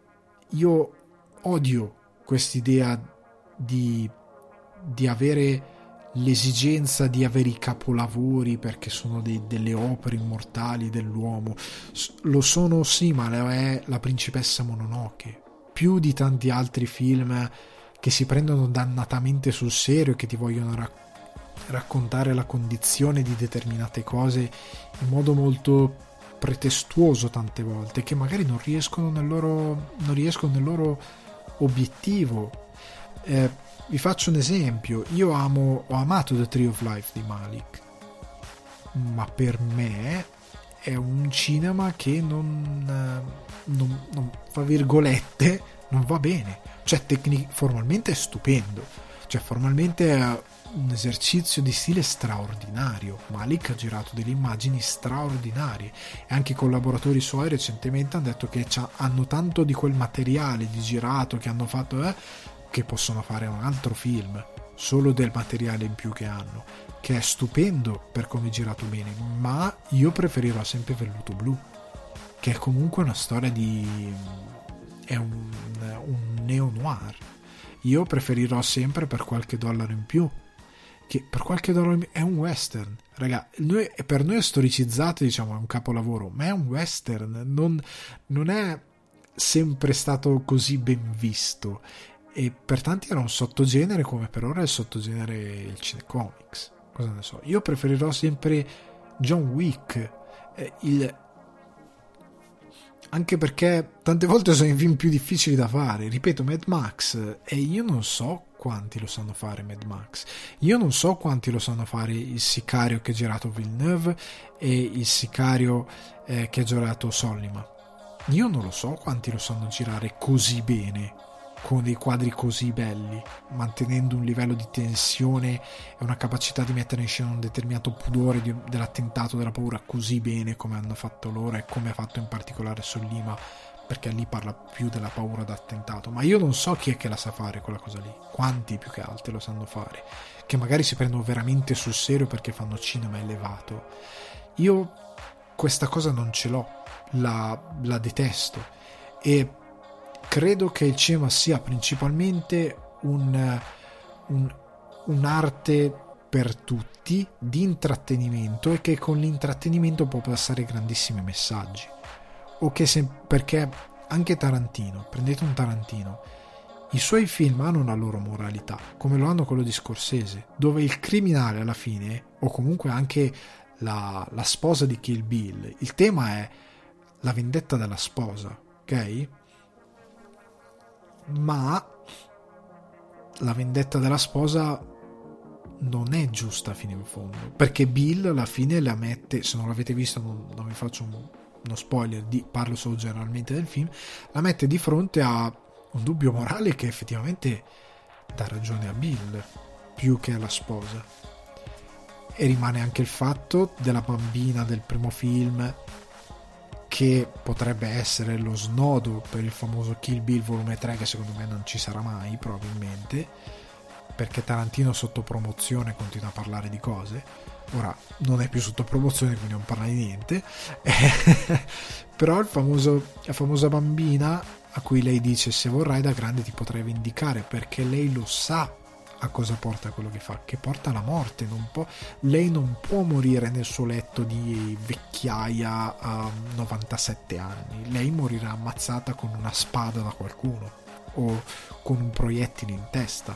io odio quest'idea di, di avere l'esigenza di avere i capolavori perché sono dei, delle opere immortali dell'uomo. Lo sono sì, ma è La Principessa Mononoke più di tanti altri film che si prendono dannatamente sul serio e che ti vogliono rac- raccontare la condizione di determinate cose in modo molto pretestuoso tante volte, che magari non riescono nel loro non riescono nel loro obiettivo. eh, Vi faccio un esempio, io amo, ho amato The Tree of Life di Malick, ma per me è un cinema che non, non, non fa virgolette, non va bene, cioè tecnic- formalmente è stupendo, cioè formalmente è un esercizio di stile straordinario. Malick ha girato delle immagini straordinarie e anche i collaboratori suoi recentemente hanno detto che hanno tanto di quel materiale di girato che hanno fatto eh, che possono fare un altro film solo del materiale in più che hanno, che è stupendo per come è girato bene, ma io preferirò sempre Velluto Blu, che è comunque una storia di è un, un neo-noir. Io preferirò sempre Per qualche dollaro in più, che per qualche dollaro in più è un western, raga, noi, per noi è storicizzato, diciamo, è un capolavoro, ma è un western, non, non è sempre stato così ben visto, e per tanti era un sottogenere come per ora è il sottogenere il cinecomics, cosa ne so. Io preferirò sempre John Wick, eh, il... anche perché tante volte sono i film più difficili da fare, ripeto, Mad Max, e io non so quanti lo sanno fare Mad Max, io non so quanti lo sanno fare il Sicario che ha girato Villeneuve e il Sicario eh, che ha girato Sollima, io non lo so quanti lo sanno girare così bene, con dei quadri così belli, mantenendo un livello di tensione e una capacità di mettere in scena un determinato pudore di, dell'attentato, della paura così bene come hanno fatto loro e come ha fatto in particolare Sollima, perché lì parla più della paura d'attentato. Ma io non so chi è che la sa fare quella cosa lì, quanti più che altri lo sanno fare, che magari si prendono veramente sul serio perché fanno cinema elevato. Io questa cosa non ce l'ho, la, la detesto, e credo che il cinema sia principalmente un, un, un'arte per tutti, di intrattenimento, e che con l'intrattenimento può passare grandissimi messaggi, o che se, perché anche Tarantino, prendete un Tarantino, i suoi film hanno una loro moralità, come lo hanno quello di Scorsese, dove il criminale alla fine, o comunque anche la, la sposa di Kill Bill, il tema è la vendetta della sposa, ok? Ma la vendetta della sposa non è giusta fino in fondo, perché Bill alla fine la mette, se non l'avete visto non, non vi faccio un, uno spoiler, di, parlo solo generalmente del film, la mette di fronte a un dubbio morale che effettivamente dà ragione a Bill più che alla sposa. E rimane anche il fatto della bambina del primo film, che potrebbe essere lo snodo per il famoso Kill Bill volume tre, che secondo me non ci sarà mai probabilmente, perché Tarantino sotto promozione continua a parlare di cose. Ora non è più sotto promozione, quindi non parla di niente. Però il famoso, la famosa bambina a cui lei dice: se vorrai da grande ti potrai vendicare, perché lei lo sa a cosa porta quello che fa, che porta alla morte. Non può, lei non può morire nel suo letto di vecchiaia a novantasette anni, lei morirà ammazzata con una spada da qualcuno o con un proiettile in testa.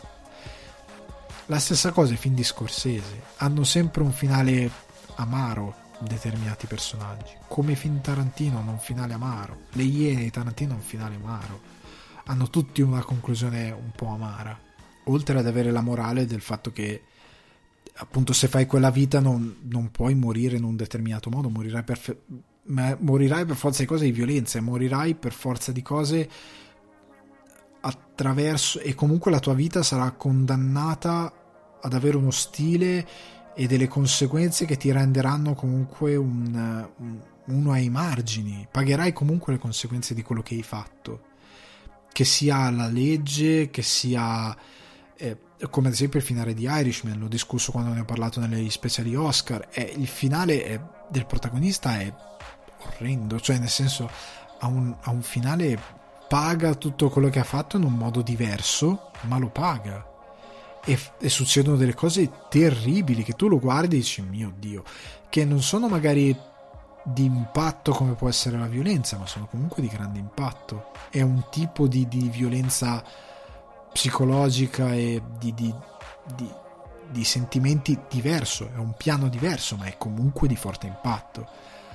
La stessa cosa i film di Scorsese hanno sempre un finale amaro, determinati personaggi, come i film Tarantino hanno un finale amaro, le Iene di Tarantino hanno un finale amaro, hanno tutti una conclusione un po' amara, oltre ad avere la morale del fatto che appunto se fai quella vita non, non puoi morire in un determinato modo, morirai per, fe- morirai per forza di cose di violenza, e morirai per forza di cose attraverso, e comunque la tua vita sarà condannata ad avere uno stile e delle conseguenze che ti renderanno comunque un, un, uno ai margini, pagherai comunque le conseguenze di quello che hai fatto, che sia la legge, che sia eh, come ad esempio il finale di Irishman, l'ho discusso quando ne ho parlato nelle speciali Oscar, è, il finale è, del protagonista è orrendo, cioè nel senso ha un, ha un finale, paga tutto quello che ha fatto in un modo diverso, ma lo paga. E, e succedono delle cose terribili che tu lo guardi e dici mio Dio, che non sono magari di impatto come può essere la violenza, ma sono comunque di grande impatto. È un tipo di, di violenza psicologica e di, di, di, di sentimenti diverso, è un piano diverso, ma è comunque di forte impatto.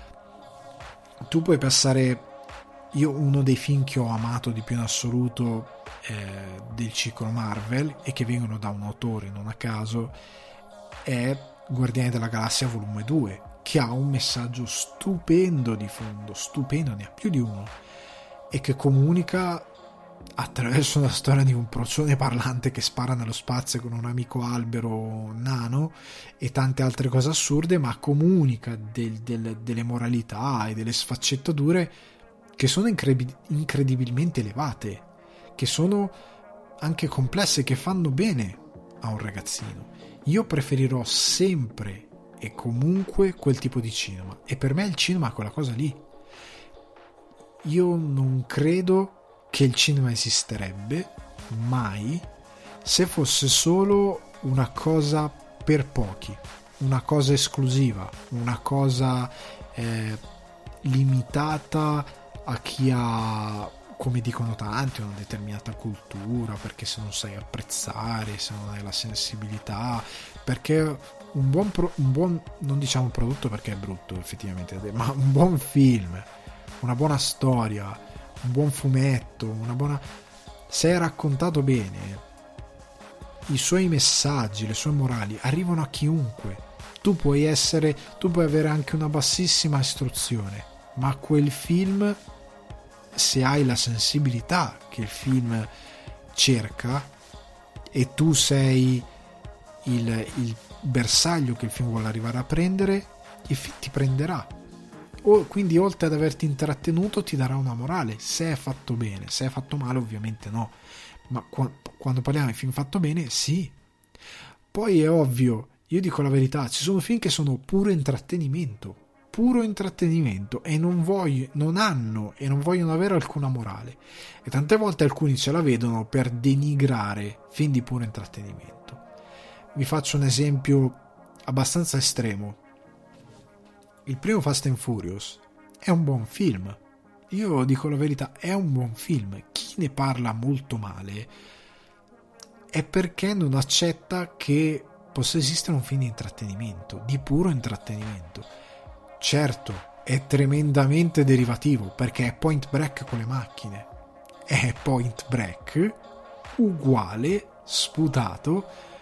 Tu puoi passare, io uno dei film che ho amato di più in assoluto eh, del ciclo Marvel, e che vengono da un autore non a caso, è Guardiani della Galassia volume due, che ha un messaggio stupendo di fondo, stupendo, ne ha più di uno, e che comunica attraverso una storia di un procione parlante che spara nello spazio con un amico albero nano e tante altre cose assurde, ma comunica del, del, delle moralità e delle sfaccettature che sono incredi- incredibilmente elevate, che sono anche complesse, che fanno bene a un ragazzino. Io preferirò sempre e comunque quel tipo di cinema, e per me il cinema è quella cosa lì. Io non credo che il cinema esisterebbe mai se fosse solo una cosa per pochi, una cosa esclusiva, una cosa eh, limitata a chi ha, come dicono tanti, una determinata cultura, perché se non sai apprezzare, se non hai la sensibilità, perché un buon, pro, un buon non diciamo prodotto perché è brutto effettivamente, ma un buon film, una buona storia, un buon fumetto, una buona, se è raccontato bene, i suoi messaggi, le sue morali arrivano a chiunque. Tu puoi essere, tu puoi avere anche una bassissima istruzione, ma quel film, se hai la sensibilità che il film cerca e tu sei il, il bersaglio che il film vuole arrivare a prendere, il film ti prenderà. O, quindi oltre ad averti intrattenuto ti darà una morale, se è fatto bene. Se è fatto male ovviamente no, ma qua, quando parliamo di film fatto bene sì. Poi è ovvio, io dico la verità, ci sono film che sono puro intrattenimento puro intrattenimento e non voglio, non hanno e non vogliono avere alcuna morale, e tante volte alcuni ce la vedono per denigrare film di puro intrattenimento. Vi faccio un esempio abbastanza estremo. Il primo Fast and Furious è un buon film, io dico la verità, è un buon film. Chi ne parla molto male è perché non accetta che possa esistere un film di intrattenimento, di puro intrattenimento. Certo, è tremendamente derivativo, perché è Point Break con le macchine, è Point Break uguale, sputato,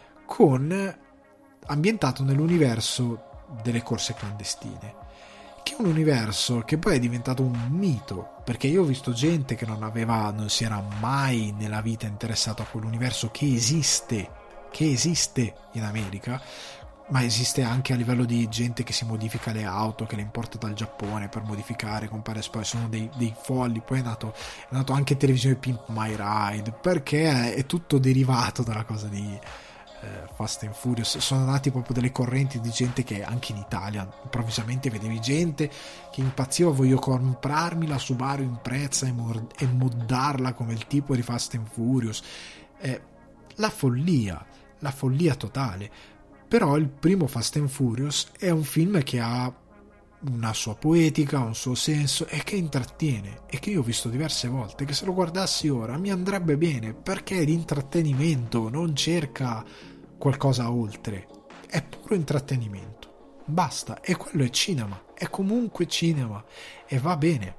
con ambientato nell'universo delle corse clandestine, che è un universo che poi è diventato un mito, perché io ho visto gente che non aveva, non si era mai nella vita interessato a quell'universo che esiste, che esiste in America, ma esiste anche a livello di gente che si modifica le auto, che le importa dal Giappone per modificare, comprare, poi sono dei, dei folli. Poi è nato, è nato anche televisione Pimp My Ride, perché è tutto derivato dalla cosa di eh, Fast and Furious. Sono nati proprio delle correnti di gente che anche in Italia improvvisamente vedevi gente che impazziva: voglio comprarmi la Subaru Impreza e, mor- e moddarla come il tipo di Fast and Furious. Eh, la follia, la follia totale. Però il primo Fast and Furious è un film che ha una sua poetica, un suo senso, e che intrattiene, e che io ho visto diverse volte, che se lo guardassi ora mi andrebbe bene, perché è di intrattenimento, non cerca qualcosa oltre, è puro intrattenimento, basta. E quello è cinema, è comunque cinema, e va bene.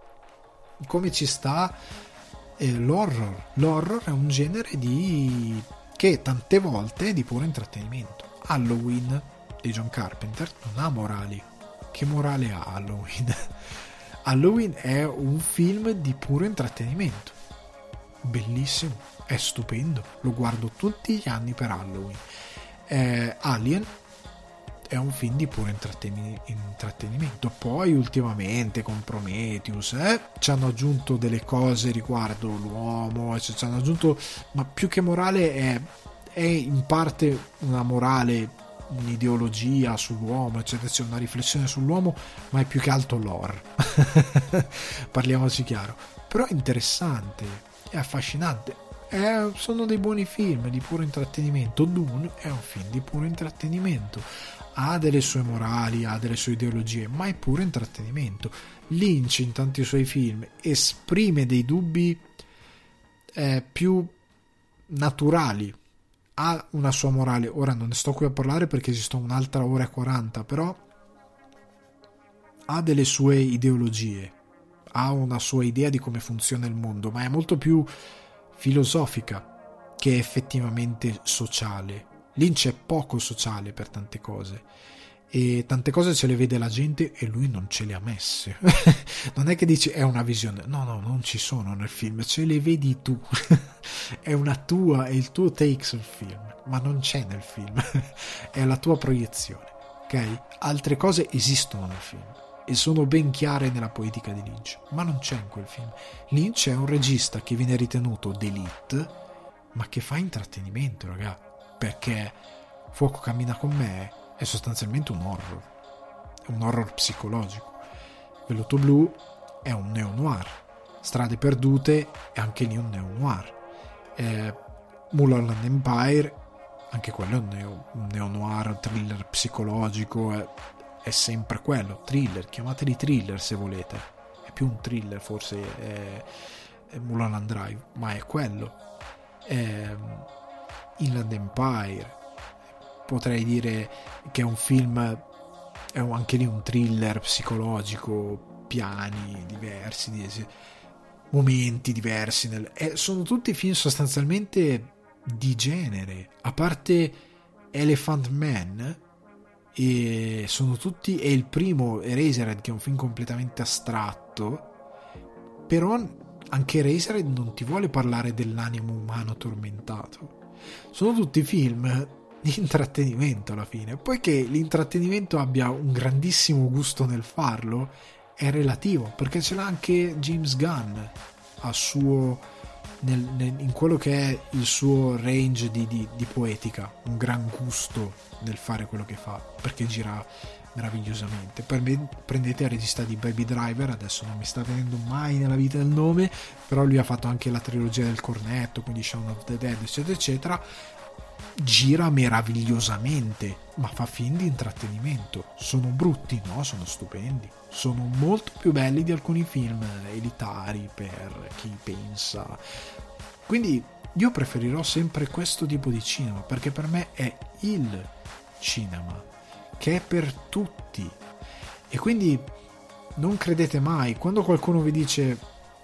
Come ci sta eh, l'horror. L'horror è un genere di che tante volte è di puro intrattenimento. Halloween di John Carpenter non ha morali. Che morale ha Halloween? Halloween è un film di puro intrattenimento, bellissimo, è stupendo, lo guardo tutti gli anni per Halloween. eh, Alien è un film di puro intratteni- intrattenimento. Poi ultimamente con Prometheus eh, ci hanno aggiunto delle cose riguardo l'uomo, cioè, ci hanno aggiunto, ma più che morale è è in parte una morale, un'ideologia sull'uomo, eccetera, c'è una riflessione sull'uomo, ma è più che altro lore. Parliamoci chiaro. Però è interessante, è affascinante, è, sono dei buoni film di puro intrattenimento. Dune è un film di puro intrattenimento, ha delle sue morali, ha delle sue ideologie, ma è puro intrattenimento. Lynch in tanti suoi film esprime dei dubbi eh, più naturali, ha una sua morale. Ora non ne sto qui a parlare perché esistono un'altra ora e quaranta, però ha delle sue ideologie, ha una sua idea di come funziona il mondo, ma è molto più filosofica che effettivamente sociale. Lynch è poco sociale per tante cose, e tante cose ce le vede la gente e lui non ce le ha messe. Non è che dici è una visione, no no, non ci sono nel film, ce le vedi tu. È una tua, è il tuo take sul film, ma non c'è nel film. È la tua proiezione, ok? Altre cose esistono nel film e sono ben chiare nella poetica di Lynch, ma non c'è in quel film. Lynch è un regista che viene ritenuto d'élite, ma che fa intrattenimento, raga, perché Fuoco cammina con me è sostanzialmente un horror, è un horror psicologico. Velluto blu è un neo-noir, Strade perdute è anche lì un neo-noir, eh, Mulholland Empire anche quello è un, neo, un neo-noir, thriller psicologico, è, è sempre quello, thriller, chiamateli thriller se volete, è più un thriller forse, è, è Mulholland Drive, ma è quello. è, Inland Empire potrei dire che è un film, è anche lì un thriller psicologico, piani diversi, di, momenti diversi nel, eh, sono tutti film sostanzialmente di genere, a parte Elephant Man, e sono tutti, e il primo Eraserhead che è un film completamente astratto, però anche Eraserhead non ti vuole parlare dell'animo umano tormentato, sono tutti film di intrattenimento alla fine. Poiché l'intrattenimento abbia un grandissimo gusto nel farlo è relativo, perché ce l'ha anche James Gunn a suo, nel, nel, in quello che è il suo range di, di, di poetica, un gran gusto nel fare quello che fa, perché gira meravigliosamente. Per me, prendete il regista di Baby Driver, adesso non mi sta venendo mai nella vita il nome, però lui ha fatto anche la trilogia del cornetto, quindi Shaun of the Dead, eccetera eccetera. gira meravigliosamente, ma fa film di intrattenimento. Sono brutti? No, sono stupendi. Sono molto più belli di alcuni film elitari per chi pensa. Quindi io preferirò sempre questo tipo di cinema, perché per me è il cinema che è per tutti. E quindi non credete mai quando qualcuno vi dice,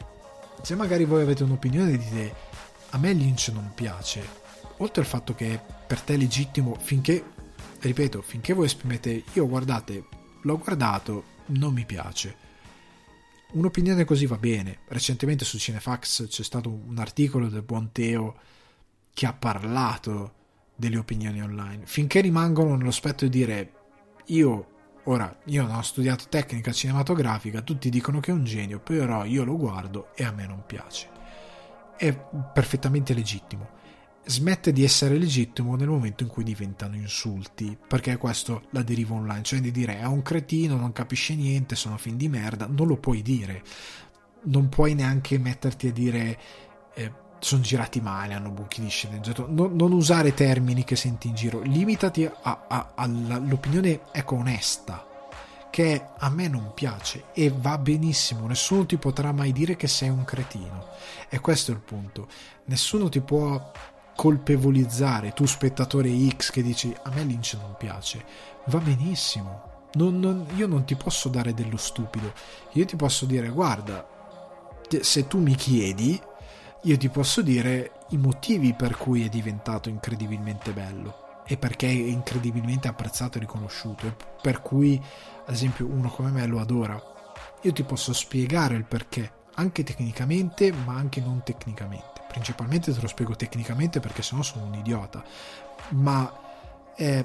se magari voi avete un'opinione, dite a me Lynch non piace, oltre al fatto che per te è legittimo, finché, ripeto, finché voi esprimete io guardate, l'ho guardato, non mi piace, un'opinione così va bene. Recentemente su Cinefax c'è stato un articolo del buon Teo che ha parlato delle opinioni online, finché rimangono nello spettro di dire io ora io non ho studiato tecnica cinematografica, tutti dicono che è un genio, però io lo guardo e a me non piace. È perfettamente legittimo. Smette di essere legittimo nel momento in cui diventano insulti, perché questo la deriva online, cioè di dire è un cretino, non capisce niente, sono film di merda. Non lo puoi dire, non puoi neanche metterti a dire eh, sono girati male, hanno buchi di sceneggiatura, non, non usare termini che senti in giro, limitati a, a, all'opinione ecco onesta, che a me non piace e va benissimo, nessuno ti potrà mai dire che sei un cretino, e questo è il punto. Nessuno ti può colpevolizzare, tu spettatore X che dici a me Lynch non piace, va benissimo, non, non, io non ti posso dare dello stupido, io ti posso dire guarda, se tu mi chiedi io ti posso dire i motivi per cui è diventato incredibilmente bello e perché è incredibilmente apprezzato e riconosciuto, e per cui ad esempio uno come me lo adora. Io ti posso spiegare il perché, anche tecnicamente ma anche non tecnicamente. Principalmente te lo spiego tecnicamente perché sennò sono un idiota, ma eh,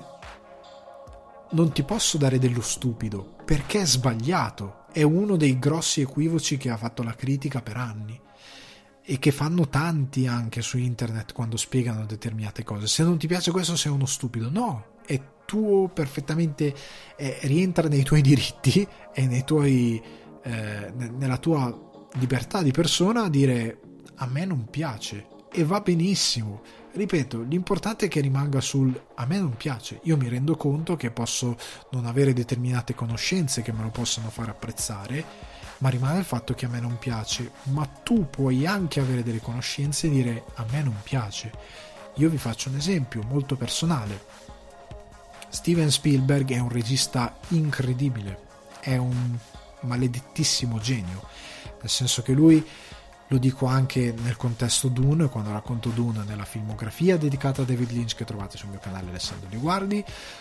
non ti posso dare dello stupido perché è sbagliato. È uno dei grossi equivoci che ha fatto la critica per anni e che fanno tanti anche su internet quando spiegano determinate cose. Se non ti piace questo sei uno stupido. No, è tuo perfettamente, eh, rientra nei tuoi diritti e nei tuoi eh, nella tua libertà di persona dire a me non piace, e va benissimo. Ripeto, l'importante è che rimanga sul a me non piace. Io mi rendo conto che posso non avere determinate conoscenze che me lo possano far apprezzare, ma rimane il fatto che a me non piace. Ma tu puoi anche avere delle conoscenze e dire a me non piace. Io vi faccio un esempio molto personale. Steven Spielberg è un regista incredibile, è un maledettissimo genio, nel senso che lui, lo dico anche nel contesto Dune, quando racconto Dune nella filmografia dedicata a David Lynch che trovate sul mio canale Alessandro Di Guardi,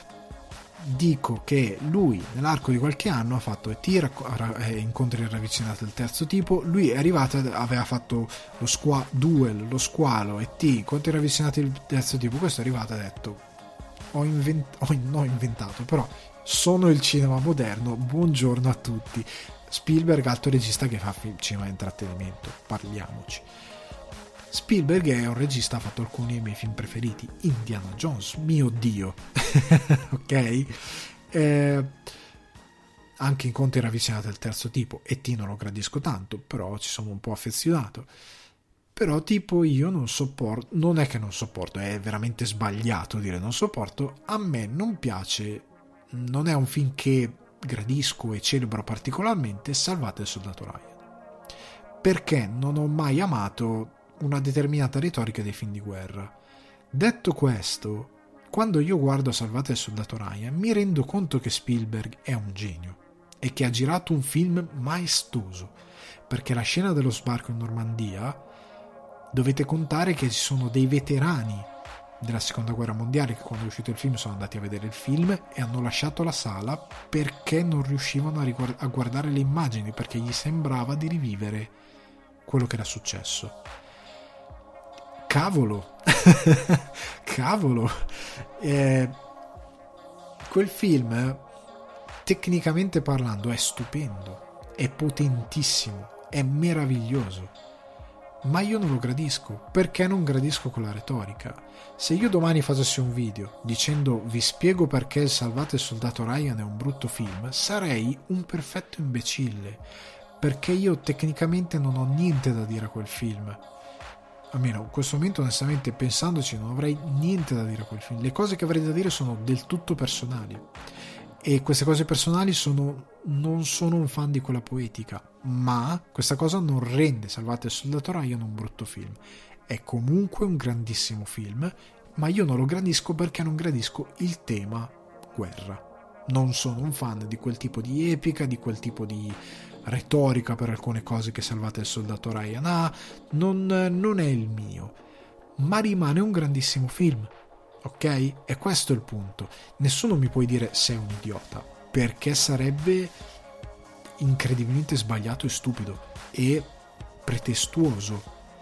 dico che lui nell'arco di qualche anno ha fatto E T, Incontri ravvicinati del terzo tipo, lui è arrivato, aveva fatto lo squa, Duel, Lo Squalo, E T, Incontri ravvicinati del terzo tipo, questo è arrivato e ha detto ho, invent- ho in- non inventato, però sono il cinema moderno, buongiorno a tutti. Spielberg, altro regista che fa film, cinema di intrattenimento, parliamoci. Spielberg è un regista, ha fatto alcuni dei miei film preferiti, Indiana Jones, mio dio. Ok? Eh, anche Incontri ravvicinati del terzo tipo, E T non lo gradisco tanto, però ci sono un po' affezionato. Però tipo io non sopporto, non è che non sopporto, è veramente sbagliato dire non sopporto, a me non piace, non è un film che gradisco e celebro particolarmente, Salvate il soldato Ryan, perché non ho mai amato una determinata retorica dei film di guerra. Detto questo, quando io guardo Salvate il soldato Ryan mi rendo conto che Spielberg è un genio e che ha girato un film maestoso, perché la scena dello sbarco in Normandia, dovete contare che ci sono dei veterani della seconda guerra mondiale che quando è uscito il film sono andati a vedere il film e hanno lasciato la sala perché non riuscivano a, riguard- a guardare le immagini, perché gli sembrava di rivivere quello che era successo. Cavolo cavolo eh, quel film tecnicamente parlando è stupendo, è potentissimo, è meraviglioso, ma io non lo gradisco. Perché non gradisco quella retorica? Se io domani facessi un video dicendo vi spiego perché Salvate il soldato Ryan è un brutto film, sarei un perfetto imbecille, perché io tecnicamente non ho niente da dire a quel film. almeno in questo momento onestamente pensandoci non avrei niente da dire a quel film. Le cose che avrei da dire sono del tutto personali, e queste cose personali sono, non sono un fan di quella poetica, ma questa cosa non rende Salvate il Soldato Ryan un brutto film. È comunque un grandissimo film, ma io non lo gradisco perché non gradisco il tema guerra. Non sono un fan di quel tipo di epica, di quel tipo di retorica per alcune cose che Salvate il Soldato Ryan ha, non, non è il mio, ma rimane un grandissimo film, ok? E questo è il punto. Nessuno mi può dire sei un idiota, perché sarebbe incredibilmente sbagliato e stupido e pretestuoso,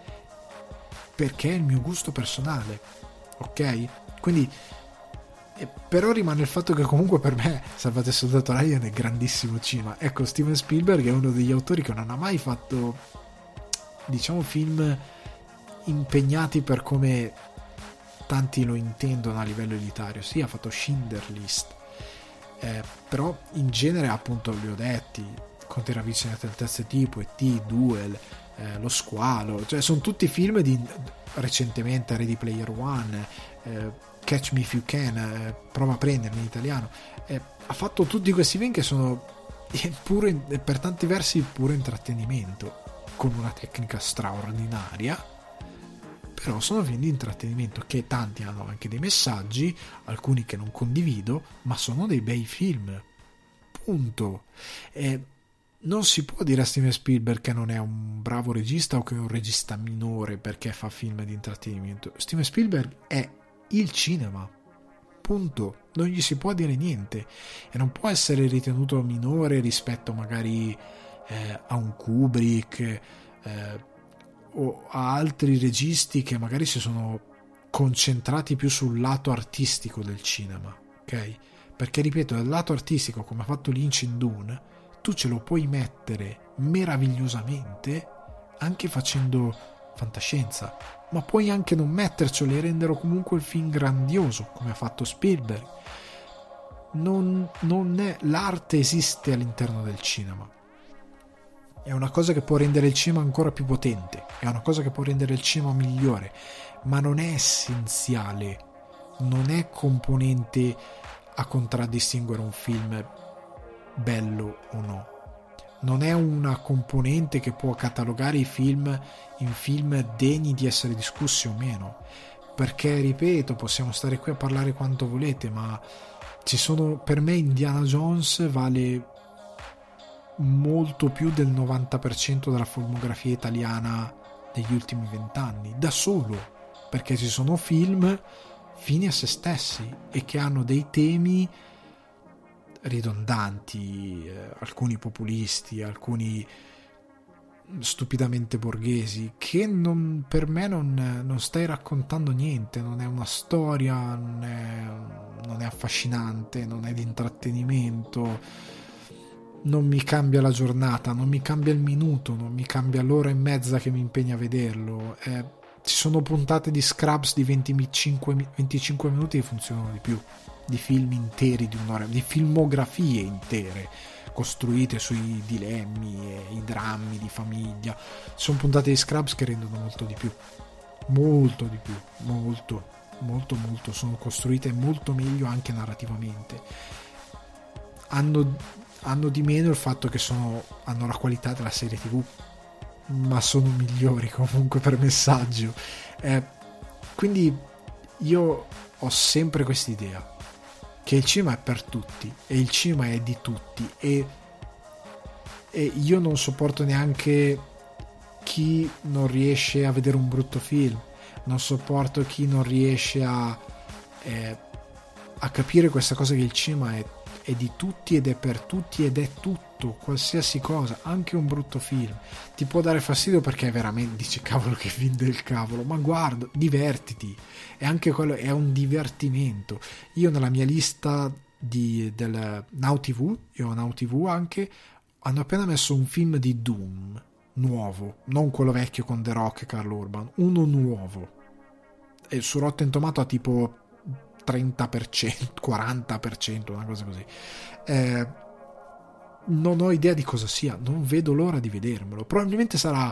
perché è il mio gusto personale, ok? Quindi eh, però rimane il fatto che comunque per me Salvate il Soldato Ryan è grandissimo cinema. Ecco, Steven Spielberg è uno degli autori che non ha mai fatto, diciamo, film impegnati per come tanti lo intendono a livello elitario. Sì, ha fatto Schindler List, eh, però in genere, appunto, li ho detti, Conti ravvicinati del terzo tipo, E T, Duel, eh, Lo Squalo, cioè sono tutti film di recentemente, Ready Player One, eh, Catch Me If You Can, eh, Prova a prendermi in italiano, eh, ha fatto tutti questi film che sono pure, per tanti versi puro intrattenimento, con una tecnica straordinaria, però sono film di intrattenimento che tanti hanno anche dei messaggi, alcuni che non condivido, ma sono dei bei film, punto. E non si può dire a Steven Spielberg che non è un bravo regista o che è un regista minore perché fa film di intrattenimento. Steven Spielberg è il cinema, punto. Non gli si può dire niente, e non può essere ritenuto minore rispetto magari eh, a un Kubrick, eh, o a altri registi che magari si sono concentrati più sul lato artistico del cinema, ok? Perché ripeto, dal lato artistico, come ha fatto Lynch in Dune, tu ce lo puoi mettere meravigliosamente anche facendo fantascienza, ma puoi anche non mettercelo e renderlo comunque il film grandioso come ha fatto Spielberg. Non, non è, l'arte esiste all'interno del cinema, è una cosa che può rendere il cinema ancora più potente, è una cosa che può rendere il cinema migliore, ma non è essenziale, non è componente a contraddistinguere un film bello o no, non è una componente che può catalogare i film in film degni di essere discussi o meno, perché ripeto, possiamo stare qui a parlare quanto volete, ma ci sono, per me Indiana Jones vale molto più del novanta per cento della filmografia italiana degli ultimi vent'anni, da solo, perché ci sono film fini a se stessi e che hanno dei temi ridondanti, eh, alcuni populisti, alcuni stupidamente borghesi, che non, per me non, non stai raccontando niente, non è una storia, non è, non è affascinante, non è di intrattenimento, non mi cambia la giornata, non mi cambia il minuto, non mi cambia l'ora e mezza che mi impegna a vederlo. Eh, ci sono puntate di Scrubs di venticinque, venticinque minuti che funzionano di più, di film interi di un'ora, di filmografie intere costruite sui dilemmi e i drammi di famiglia. Ci sono puntate di Scrubs che rendono molto di più, molto di più, molto, molto, molto, sono costruite molto meglio anche narrativamente. Hanno hanno di meno il fatto che sono, hanno la qualità della serie tv, ma sono migliori comunque per messaggio, eh, quindi io ho sempre quest'idea che il cinema è per tutti e il cinema è di tutti, e, e io non sopporto neanche chi non riesce a vedere un brutto film, non sopporto chi non riesce a, eh, a capire questa cosa che il cinema è è di tutti ed è per tutti ed è tutto, qualsiasi cosa, anche un brutto film ti può dare fastidio perché veramente dici cavolo che film del cavolo, ma guarda, divertiti, e anche quello è un divertimento. Io nella mia lista di, del Now T V, io ho Now T V anche, hanno appena messo un film di Doom nuovo, non quello vecchio con The Rock e Carl Urban, uno nuovo, e su Rotten Tomato ha tipo trenta per cento, quaranta per cento, una cosa così. Eh, non ho idea di cosa sia, non vedo l'ora di vedermelo. Probabilmente sarà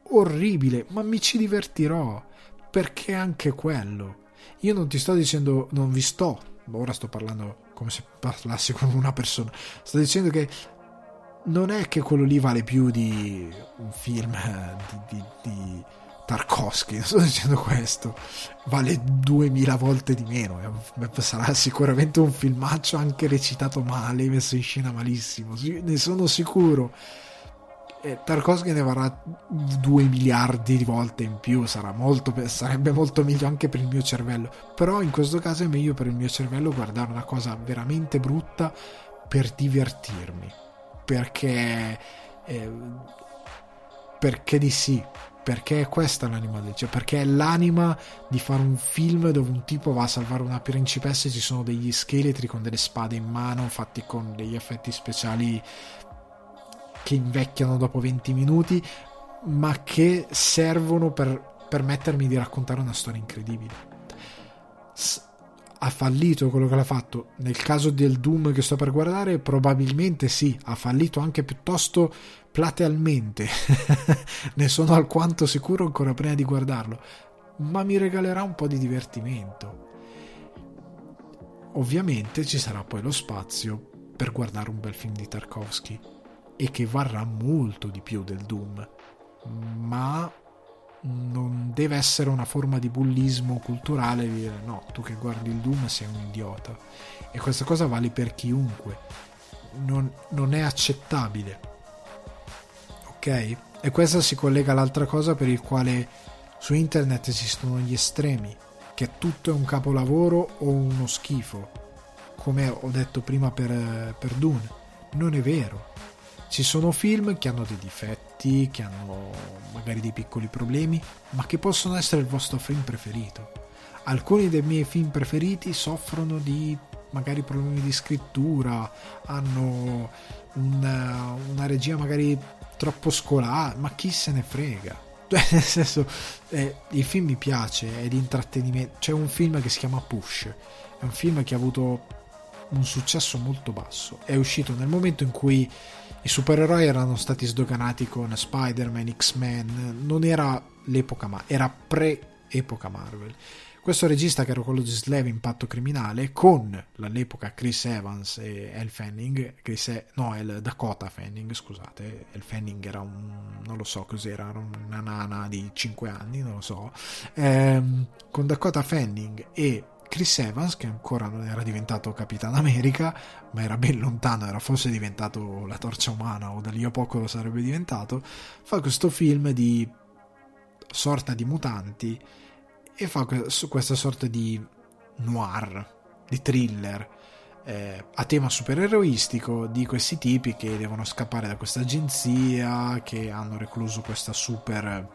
orribile, ma mi ci divertirò, perché anche quello. Io non ti sto dicendo, non vi sto, ora sto parlando come se parlassi con una persona, sto dicendo che non è che quello lì vale più di un film di, di, di Tarkovsky, non sto dicendo questo, vale duemila volte di meno, sarà sicuramente un filmaccio anche recitato male, messo in scena malissimo, ne sono sicuro. eh, Tarkovsky ne varrà due miliardi di volte in più, sarà molto, sarebbe molto meglio anche per il mio cervello, però in questo caso è meglio per il mio cervello guardare una cosa veramente brutta per divertirmi, perché eh, perché di sì, perché è questa l'anima del, cioè perché è l'anima di fare un film dove un tipo va a salvare una principessa e ci sono degli scheletri con delle spade in mano fatti con degli effetti speciali che invecchiano dopo venti minuti, ma che servono per permettermi di raccontare una storia incredibile. S- ha fallito quello che l'ha fatto nel caso del Doom che sto per guardare? Probabilmente sì, ha fallito anche piuttosto platealmente ne sono alquanto sicuro ancora prima di guardarlo, ma mi regalerà un po' di divertimento. Ovviamente ci sarà poi lo spazio per guardare un bel film di Tarkovsky, e che varrà molto di più del Doom, ma non deve essere una forma di bullismo culturale di dire no, tu che guardi il Doom sei un idiota, e questa cosa vale per chiunque, non, non è accettabile, ok? E questa si collega all'altra cosa per il quale su internet esistono gli estremi, che tutto è un capolavoro o uno schifo, come ho detto prima per, per Dune. Non è vero. Ci sono film che hanno dei difetti, che hanno magari dei piccoli problemi, ma che possono essere il vostro film preferito. Alcuni dei miei film preferiti soffrono di magari problemi di scrittura, hanno una, una regia magari troppo scolata, ma chi se ne frega? Nel senso, eh, il film mi piace, è di intrattenimento. C'è un film che si chiama Push, è un film che ha avuto un successo molto basso, è uscito nel momento in cui i supereroi erano stati sdoganati con Spider-Man, X-Men, non era l'epoca, ma era pre-epoca Marvel. Questo regista, che era quello di Slave Impatto Criminale, con all'epoca Chris Evans e Elle Fanning, Chris e- no, El Dakota Fanning, scusate, Elle Fanning era un, non lo so cos'era, era una nana di cinque anni, non lo so, ehm, con Dakota Fanning e Chris Evans, che ancora non era diventato Capitan America, ma era ben lontano, era forse diventato la Torcia Umana, o da lì a poco lo sarebbe diventato, fa questo film di sorta di mutanti e fa questa sorta di noir, di thriller eh, a tema supereroistico, di questi tipi che devono scappare da questa agenzia, che hanno recluso questa super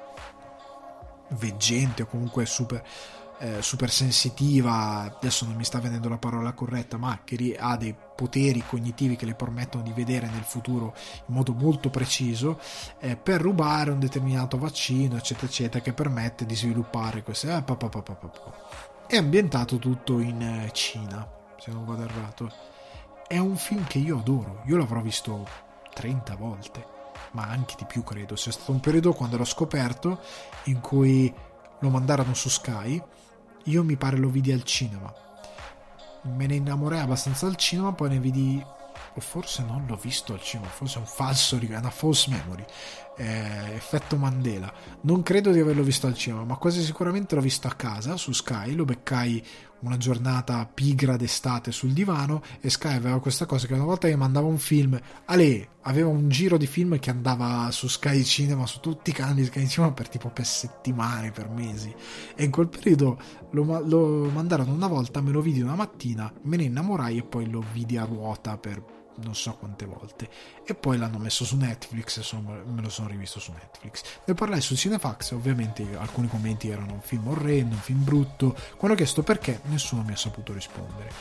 veggente o comunque super Eh, super sensitiva, adesso non mi sta venendo la parola corretta, ma che ha dei poteri cognitivi che le permettono di vedere nel futuro in modo molto preciso, eh, per rubare un determinato vaccino, eccetera eccetera, che permette di sviluppare queste eh, pa, pa, pa, pa, pa. È ambientato tutto in eh, Cina, se non vado errato. È un film che io adoro, io l'avrò visto trenta volte, ma anche di più credo. C'è stato un periodo quando l'ho scoperto in cui lo mandarono su Sky. Io mi pare lo vidi al cinema, me ne innamorai abbastanza al cinema, poi ne vidi, o forse non l'ho visto al cinema, forse è un falso, è una false memory, eh, effetto Mandela, non credo di averlo visto al cinema, ma quasi sicuramente l'ho visto a casa su Sky, lo beccai una giornata pigra d'estate sul divano, e Sky aveva questa cosa che una volta che mandava un film, Ale, aveva un giro di film che andava su Sky Cinema, su tutti i canali di Sky Cinema per tipo per settimane, per mesi, e in quel periodo lo, lo mandarono una volta, me lo vidi una mattina, me ne innamorai e poi lo vidi a ruota per non so quante volte, e poi l'hanno messo su Netflix, insomma me lo sono rivisto su Netflix. Ne parlai su Cinefax, ovviamente alcuni commenti erano un film orrendo, un film brutto. Quando ho chiesto perché, nessuno mi ha saputo rispondere.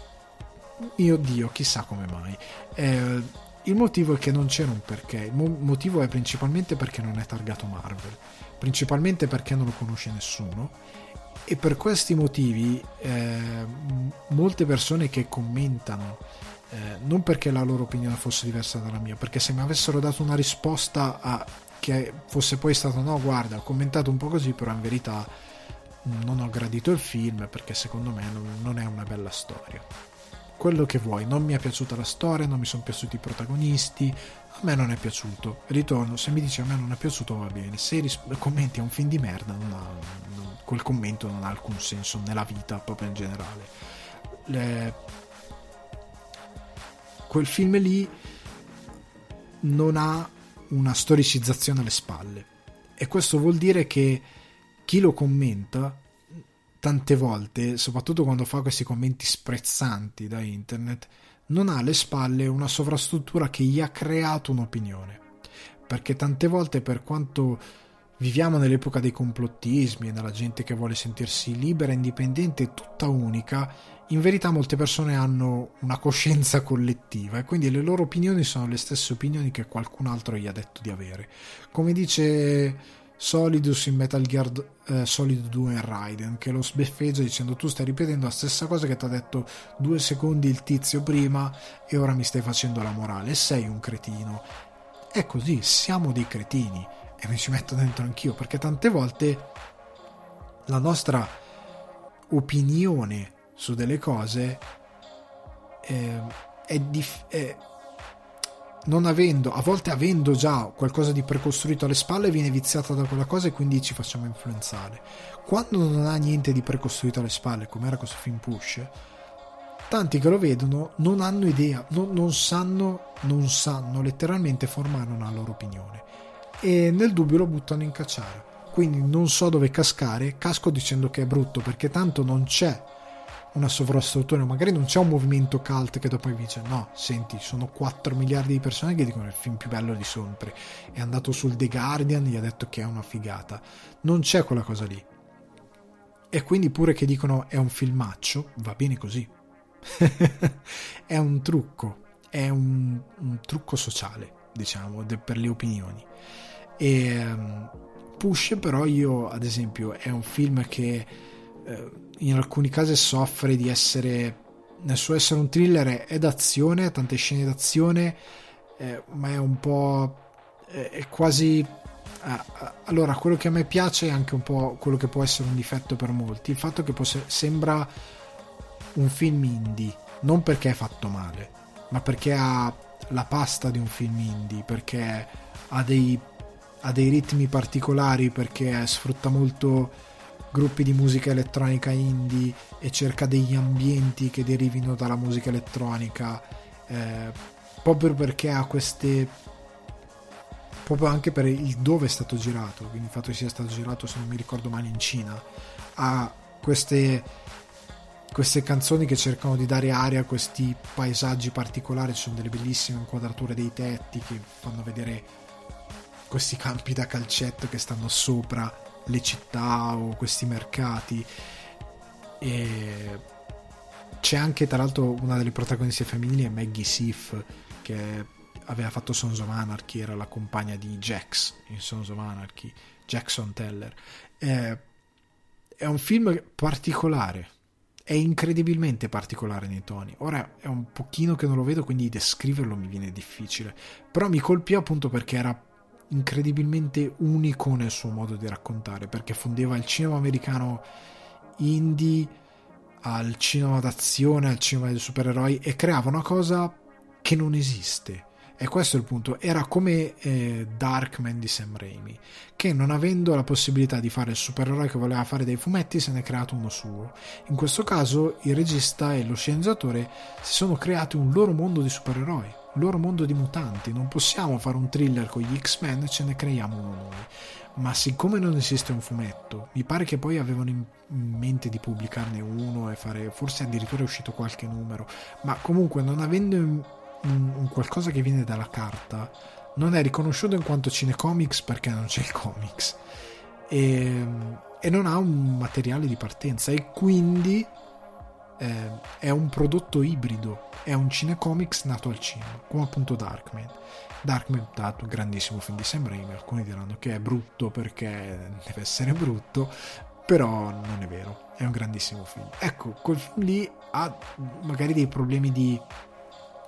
Mio Dio, chissà come mai. Eh, il motivo è che non c'era un perché, il mo- motivo è principalmente perché non è targato Marvel, principalmente perché non lo conosce nessuno, e per questi motivi eh, molte persone che commentano, Eh, non perché la loro opinione fosse diversa dalla mia, perché se mi avessero dato una risposta a che fosse poi stato no guarda ho commentato un po' così, però in verità non ho gradito il film perché secondo me non, non è una bella storia. Quello che vuoi, non mi è piaciuta la storia, non mi sono piaciuti i protagonisti, a me non è piaciuto, ritorno, se mi dici a me non è piaciuto va bene, se ris- commenti a un film di merda non ha, non, quel commento non ha alcun senso nella vita proprio in generale. Le... quel film lì non ha una storicizzazione alle spalle e questo vuol dire che chi lo commenta tante volte, soprattutto quando fa questi commenti sprezzanti da internet, non ha alle spalle una sovrastruttura che gli ha creato un'opinione, perché tante volte, per quanto viviamo nell'epoca dei complottismi e della gente che vuole sentirsi libera, indipendente e tutta unica, in verità molte persone hanno una coscienza collettiva e quindi le loro opinioni sono le stesse opinioni che qualcun altro gli ha detto di avere. Come dice Solidus in Metal Gear eh, Solid due in Raiden, che lo sbeffeggia dicendo tu stai ripetendo la stessa cosa che ti ha detto due secondi il tizio prima e ora mi stai facendo la morale, sei un cretino. È così, siamo dei cretini e mi ci metto dentro anch'io, perché tante volte la nostra opinione su delle cose eh, è, dif- è non avendo, a volte avendo già qualcosa di precostruito alle spalle, viene viziata da quella cosa e quindi ci facciamo influenzare. Quando non ha niente di precostruito alle spalle, come era questo film Push, tanti che lo vedono non hanno idea, non, non sanno non sanno letteralmente formare una loro opinione e nel dubbio lo buttano in cacciara. Quindi non so dove cascare, casco dicendo che è brutto perché tanto non c'è una sovrastruttura, magari non c'è un movimento cult che dopo dice no, senti, sono quattro miliardi di persone che dicono è il film più bello di sempre, è andato sul The Guardian, gli ha detto che è una figata, non c'è quella cosa lì e quindi pure che dicono è un filmaccio, va bene così. È un trucco, è un, un trucco sociale, diciamo, de, per le opinioni. E um, Push però io ad esempio è un film che uh, in alcuni casi soffre di essere, nel suo essere un thriller, è d'azione, ha tante scene d'azione, eh, ma è un po' è, è quasi eh, allora quello che a me piace è anche un po' quello che può essere un difetto per molti, il fatto che poss- sembra un film indie, non perché è fatto male, ma perché ha la pasta di un film indie, perché ha dei, ha dei ritmi particolari, perché sfrutta molto gruppi di musica elettronica indie e cerca degli ambienti che derivino dalla musica elettronica, eh, proprio perché ha queste, proprio anche per il dove è stato girato, quindi il fatto che sia stato girato, se non mi ricordo male, in Cina, ha queste queste canzoni che cercano di dare aria a questi paesaggi particolari, ci sono delle bellissime inquadrature dei tetti che fanno vedere questi campi da calcetto che stanno sopra le città o questi mercati, e c'è anche tra l'altro una delle protagoniste femminili è Maggie Sif, che aveva fatto Sons of Anarchy, era la compagna di Jax in Sons of Anarchy, Jackson Teller. È, è un film particolare, è incredibilmente particolare nei toni. Ora è un pochino che non lo vedo, quindi descriverlo mi viene difficile, però mi colpì appunto perché era incredibilmente unico nel suo modo di raccontare, perché fondeva il cinema americano indie al cinema d'azione, al cinema dei supereroi, e creava una cosa che non esiste. E questo è il punto. Era come eh, Darkman di Sam Raimi, che non avendo la possibilità di fare il supereroe che voleva fare dei fumetti, se ne è creato uno suo. In questo caso il regista e lo sceneggiatore si sono creati un loro mondo di supereroi, un loro mondo di mutanti. Non possiamo fare un thriller con gli X-Men e ce ne creiamo uno noi. Ma siccome non esiste un fumetto, mi pare che poi avevano in mente di pubblicarne uno e fare, forse addirittura è uscito qualche numero, ma comunque non avendo un, un qualcosa che viene dalla carta, non è riconosciuto in quanto cinecomics perché non c'è il comics e, e non ha un materiale di partenza, e quindi eh, è un prodotto ibrido, è un cinecomics nato al cinema, come appunto Darkman. Darkman, dato un grandissimo film di Sam Raimi, alcuni diranno che è brutto perché deve essere brutto, però non è vero, è un grandissimo film. Ecco, quel film lì ha magari dei problemi di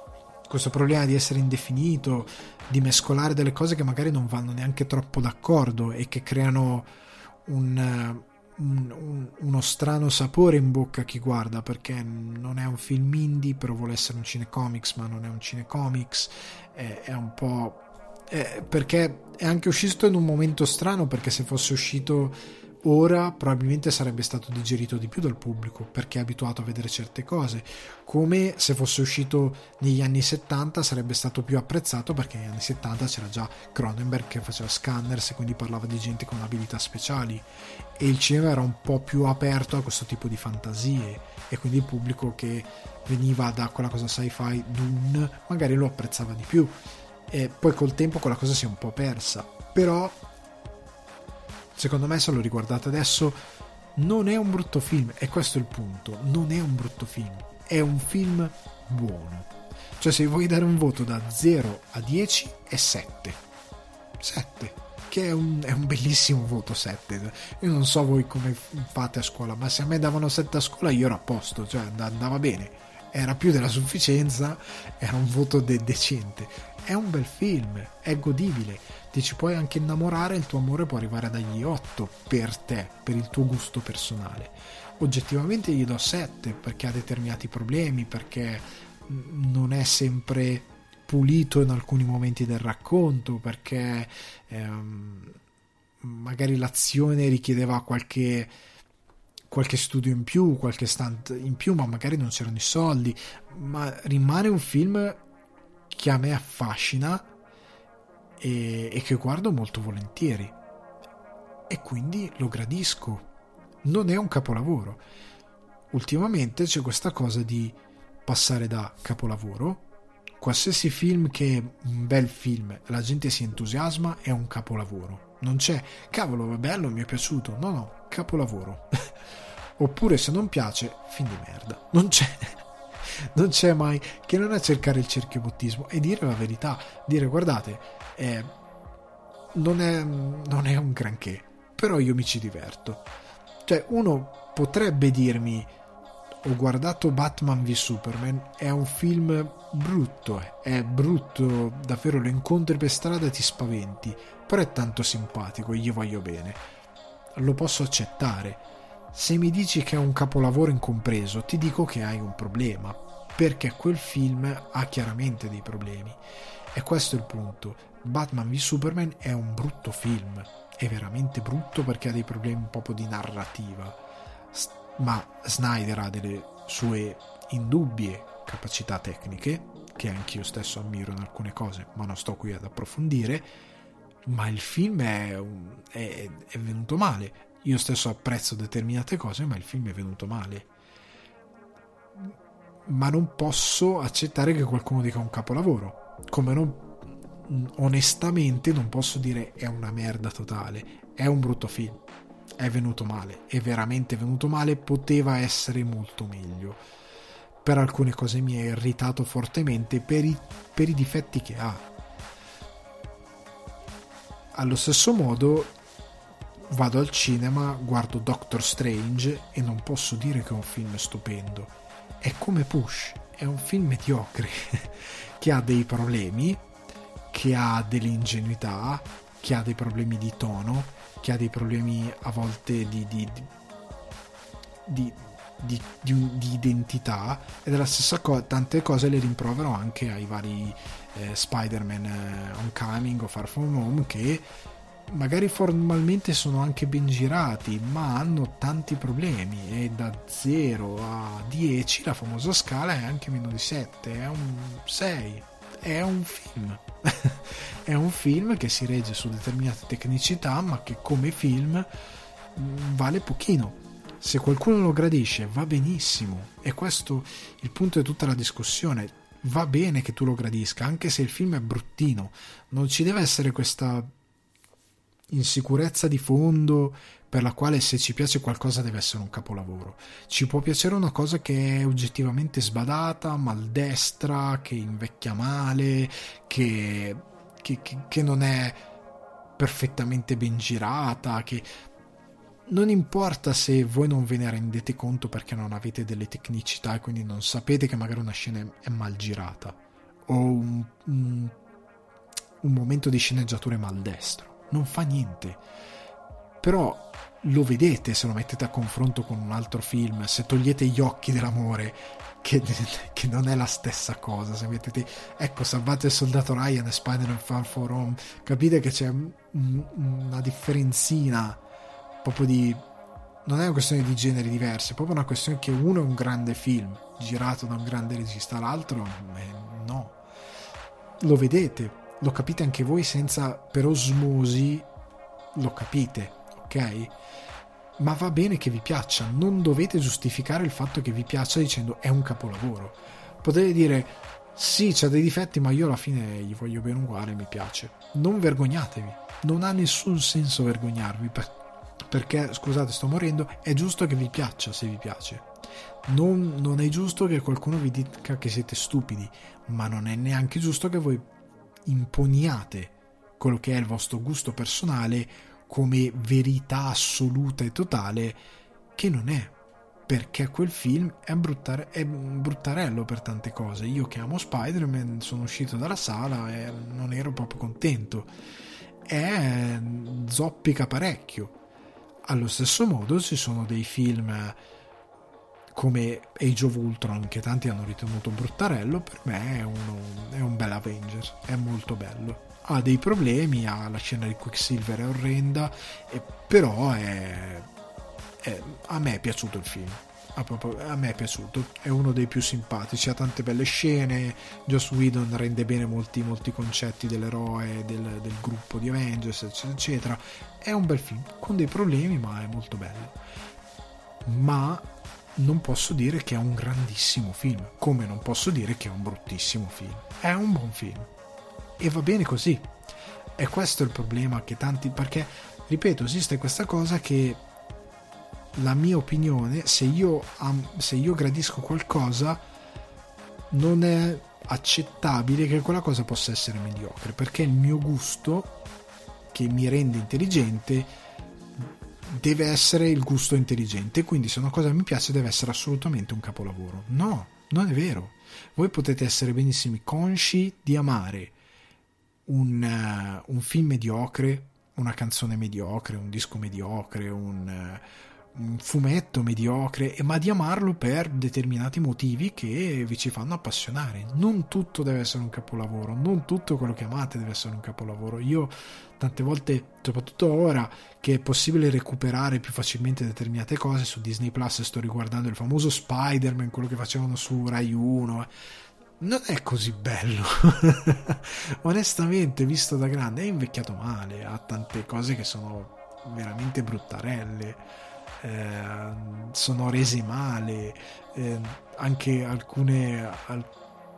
questo problema di essere indefinito, di mescolare delle cose che magari non vanno neanche troppo d'accordo e che creano un, un, un, uno strano sapore in bocca a chi guarda, perché non è un film indie però vuole essere un cinecomics, ma non è un cinecomics, è, è un po' è, perché è anche uscito in un momento strano, perché se fosse uscito ora probabilmente sarebbe stato digerito di più dal pubblico, perché è abituato a vedere certe cose, come se fosse uscito negli anni settanta sarebbe stato più apprezzato, perché negli anni settanta c'era già Cronenberg che faceva Scanners e quindi parlava di gente con abilità speciali e il cinema era un po' più aperto a questo tipo di fantasie, e quindi il pubblico che veniva da quella cosa sci-fi Dune magari lo apprezzava di più, e poi col tempo quella cosa si è un po' persa. Però secondo me, se lo riguardate adesso, non è un brutto film, e questo è il punto, non è un brutto film, è un film buono. Cioè, se vuoi dare un voto da zero a dieci è sette, sette, che è un, è un bellissimo voto, sette. Io non so voi come fate a scuola, ma se a me davano sette a scuola io ero a posto, cioè andava bene, era più della sufficienza, era un voto de- decente. È un bel film, è godibile, ti ci puoi anche innamorare, il tuo amore può arrivare dagli otto per te, per il tuo gusto personale. Oggettivamente gli do sette perché ha determinati problemi, perché non è sempre pulito in alcuni momenti del racconto, perché ehm, magari l'azione richiedeva qualche qualche studio in più, qualche stunt in più, ma magari non c'erano i soldi, ma rimane un film che a me affascina e, e che guardo molto volentieri, e quindi lo gradisco. Non è un capolavoro. Ultimamente c'è questa cosa di passare da capolavoro, qualsiasi film che è un bel film la gente si entusiasma è un capolavoro, non c'è cavolo è bello, mi è piaciuto, no no, capolavoro. Oppure se non piace, film di merda, non c'è non c'è mai, che non è cercare il cerchiobottismo e dire la verità, dire guardate eh, non, è, non è un granché, però io mi ci diverto. Cioè, uno potrebbe dirmi ho guardato Batman v Superman, è un film brutto, è brutto davvero, lo incontri per strada e ti spaventi, però è tanto simpatico e gli voglio bene, lo posso accettare. Se mi dici che è un capolavoro incompreso, ti dico che hai un problema, perché quel film ha chiaramente dei problemi, e questo è il punto. Batman v Superman è un brutto film, è veramente brutto perché ha dei problemi proprio di narrativa, ma Snyder ha delle sue indubbie capacità tecniche che anch'io stesso ammiro in alcune cose, ma non sto qui ad approfondire. Ma il film è, è, è venuto male. Io stesso apprezzo determinate cose, ma il film è venuto male. Ma non posso accettare che qualcuno dica un capolavoro, come non, onestamente non posso dire è una merda totale, è un brutto film, è venuto male, è veramente venuto male, poteva essere molto meglio. Per alcune cose mi ha irritato fortemente per i, per i difetti che ha. Allo stesso modo vado al cinema, guardo Doctor Strange e non posso dire che è un film stupendo. È come Push, è un film mediocre che ha dei problemi, che ha delle ingenuità, che ha dei problemi di tono, che ha dei problemi a volte di di, di, di, di, di identità, ed è la stessa cosa. Tante cose le rimprovero anche ai vari eh, Spider-Man eh, Homecoming o Far From Home, che magari formalmente sono anche ben girati, ma hanno tanti problemi, e da zero a dieci la famosa scala è anche meno di sette, è un sei, è un film è un film che si regge su determinate tecnicità, ma che come film vale pochino. Se qualcuno lo gradisce va benissimo, e questo il punto di tutta la discussione. Va bene che tu lo gradisca anche se il film è bruttino, non ci deve essere questa insicurezza di fondo per la quale se ci piace qualcosa deve essere un capolavoro. Ci può piacere una cosa che è oggettivamente sbadata, maldestra, che invecchia male, che, che, che, che non è perfettamente ben girata, che non importa se voi non ve ne rendete conto perché non avete delle tecnicità e quindi non sapete che magari una scena è mal girata. o un, un, un momento di sceneggiature maldestro, non fa niente. Però lo vedete se lo mettete a confronto con un altro film, se togliete Gli occhi dell'amore, che, che non è la stessa cosa, se mettete ecco Salvate il soldato Ryan e Spider-Man Far From Home, capite che c'è un, una differenzina proprio di, non è una questione di generi diversi, è proprio una questione che uno è un grande film girato da un grande regista, l'altro eh, no. Lo vedete, lo capite anche voi, senza, per osmosi lo capite, ok? Ma va bene che vi piaccia, non dovete giustificare il fatto che vi piaccia dicendo è un capolavoro. Potete dire sì, c'ha dei difetti, ma io alla fine gli voglio bene uguale, mi piace. Non vergognatevi, non ha nessun senso vergognarvi, per, perché, scusate, sto morendo, è giusto che vi piaccia se vi piace. Non, non è giusto che qualcuno vi dica che siete stupidi, ma non è neanche giusto che voi imponiate quello che è il vostro gusto personale come verità assoluta e totale, che non è, perché quel film è, bruttare, è bruttarello per tante cose. Io che amo Spider-Man sono uscito dalla sala e non ero proprio contento, è zoppica parecchio. Allo stesso modo ci sono dei film come Age of Ultron che tanti hanno ritenuto bruttarello, per me è, uno, è un bel Avengers, è molto bello. Ha dei problemi, ha la scena di Quicksilver è orrenda, e, però è, è, a me è piaciuto il film, a, proprio, a me è piaciuto, è uno dei più simpatici, ha tante belle scene, Joss Whedon rende bene molti, molti concetti dell'eroe, del, del gruppo di Avengers, eccetera, eccetera. È un bel film, con dei problemi, ma è molto bello. Ma non posso dire che è un grandissimo film, come non posso dire che è un bruttissimo film. È un buon film e va bene così. E questo è il problema, che tanti, perché ripeto, esiste questa cosa che la mia opinione, se io se io gradisco qualcosa, non è accettabile che quella cosa possa essere mediocre, perché il mio gusto, che mi rende intelligente, deve essere il gusto intelligente, quindi se una cosa mi piace deve essere assolutamente un capolavoro. No, non è vero. Voi potete essere benissimo consci di amare un, uh, un film mediocre, una canzone mediocre, un disco mediocre, un, uh, un fumetto mediocre, ma di amarlo per determinati motivi che vi ci fanno appassionare. Non tutto deve essere un capolavoro, non tutto quello che amate deve essere un capolavoro. Io tante volte, soprattutto ora che è possibile recuperare più facilmente determinate cose, su Disney Plus sto riguardando il famoso Spider-Man, quello che facevano su Rai uno, non è così bello. Onestamente, visto da grande, è invecchiato male, ha tante cose che sono veramente bruttarelle, eh, sono rese male, eh, anche alcune al,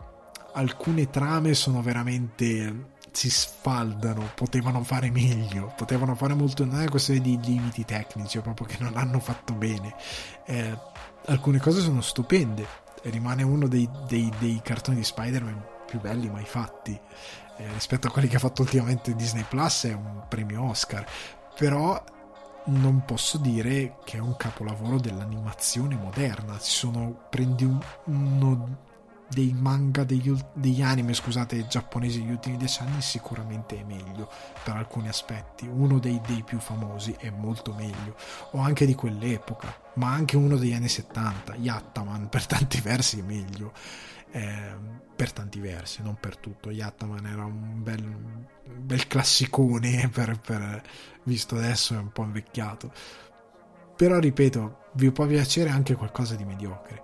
alcune trame sono veramente, si sfaldano, potevano fare meglio, potevano fare molto, non è questione di limiti tecnici, è proprio che non hanno fatto bene. Eh, alcune cose sono stupende, rimane uno dei, dei, dei cartoni di Spider-Man più belli mai fatti, eh, rispetto a quelli che ha fatto ultimamente Disney Plus, è un premio Oscar, però non posso dire che è un capolavoro dell'animazione moderna. Ci sono, prendi un, uno dei manga, degli, degli anime, scusate, giapponesi degli ultimi dieci anni, sicuramente è meglio per alcuni aspetti, uno dei, dei più famosi è molto meglio, o anche di quell'epoca, ma anche uno degli anni settanta, Yattaman, per tanti versi è meglio, eh, per tanti versi, non per tutto. Yattaman era un bel, un bel classicone, per, per, visto adesso è un po' invecchiato, però ripeto, vi può piacere anche qualcosa di mediocre.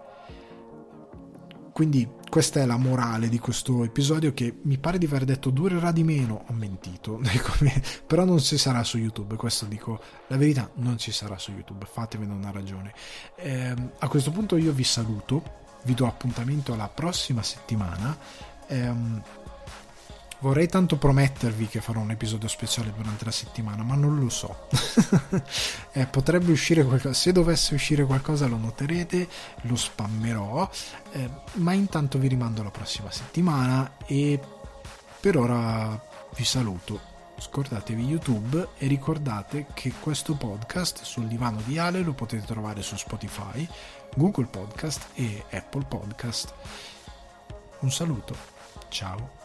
Quindi questa è la morale di questo episodio, che mi pare di aver detto durerà di meno, ho mentito, però non ci sarà su YouTube, questo dico la verità, non ci sarà su YouTube, fatevene una ragione. Eh, a questo punto io vi saluto, vi do appuntamento alla prossima settimana. Eh, vorrei tanto promettervi che farò un episodio speciale durante la settimana, ma non lo so. eh, potrebbe uscire qualcosa, se dovesse uscire qualcosa lo noterete, lo spammerò, eh, ma intanto vi rimando alla prossima settimana e per ora vi saluto. Scordatevi YouTube e ricordate che questo podcast sul divano di Ale lo potete trovare su Spotify, Google Podcast e Apple Podcast. Un saluto. Ciao.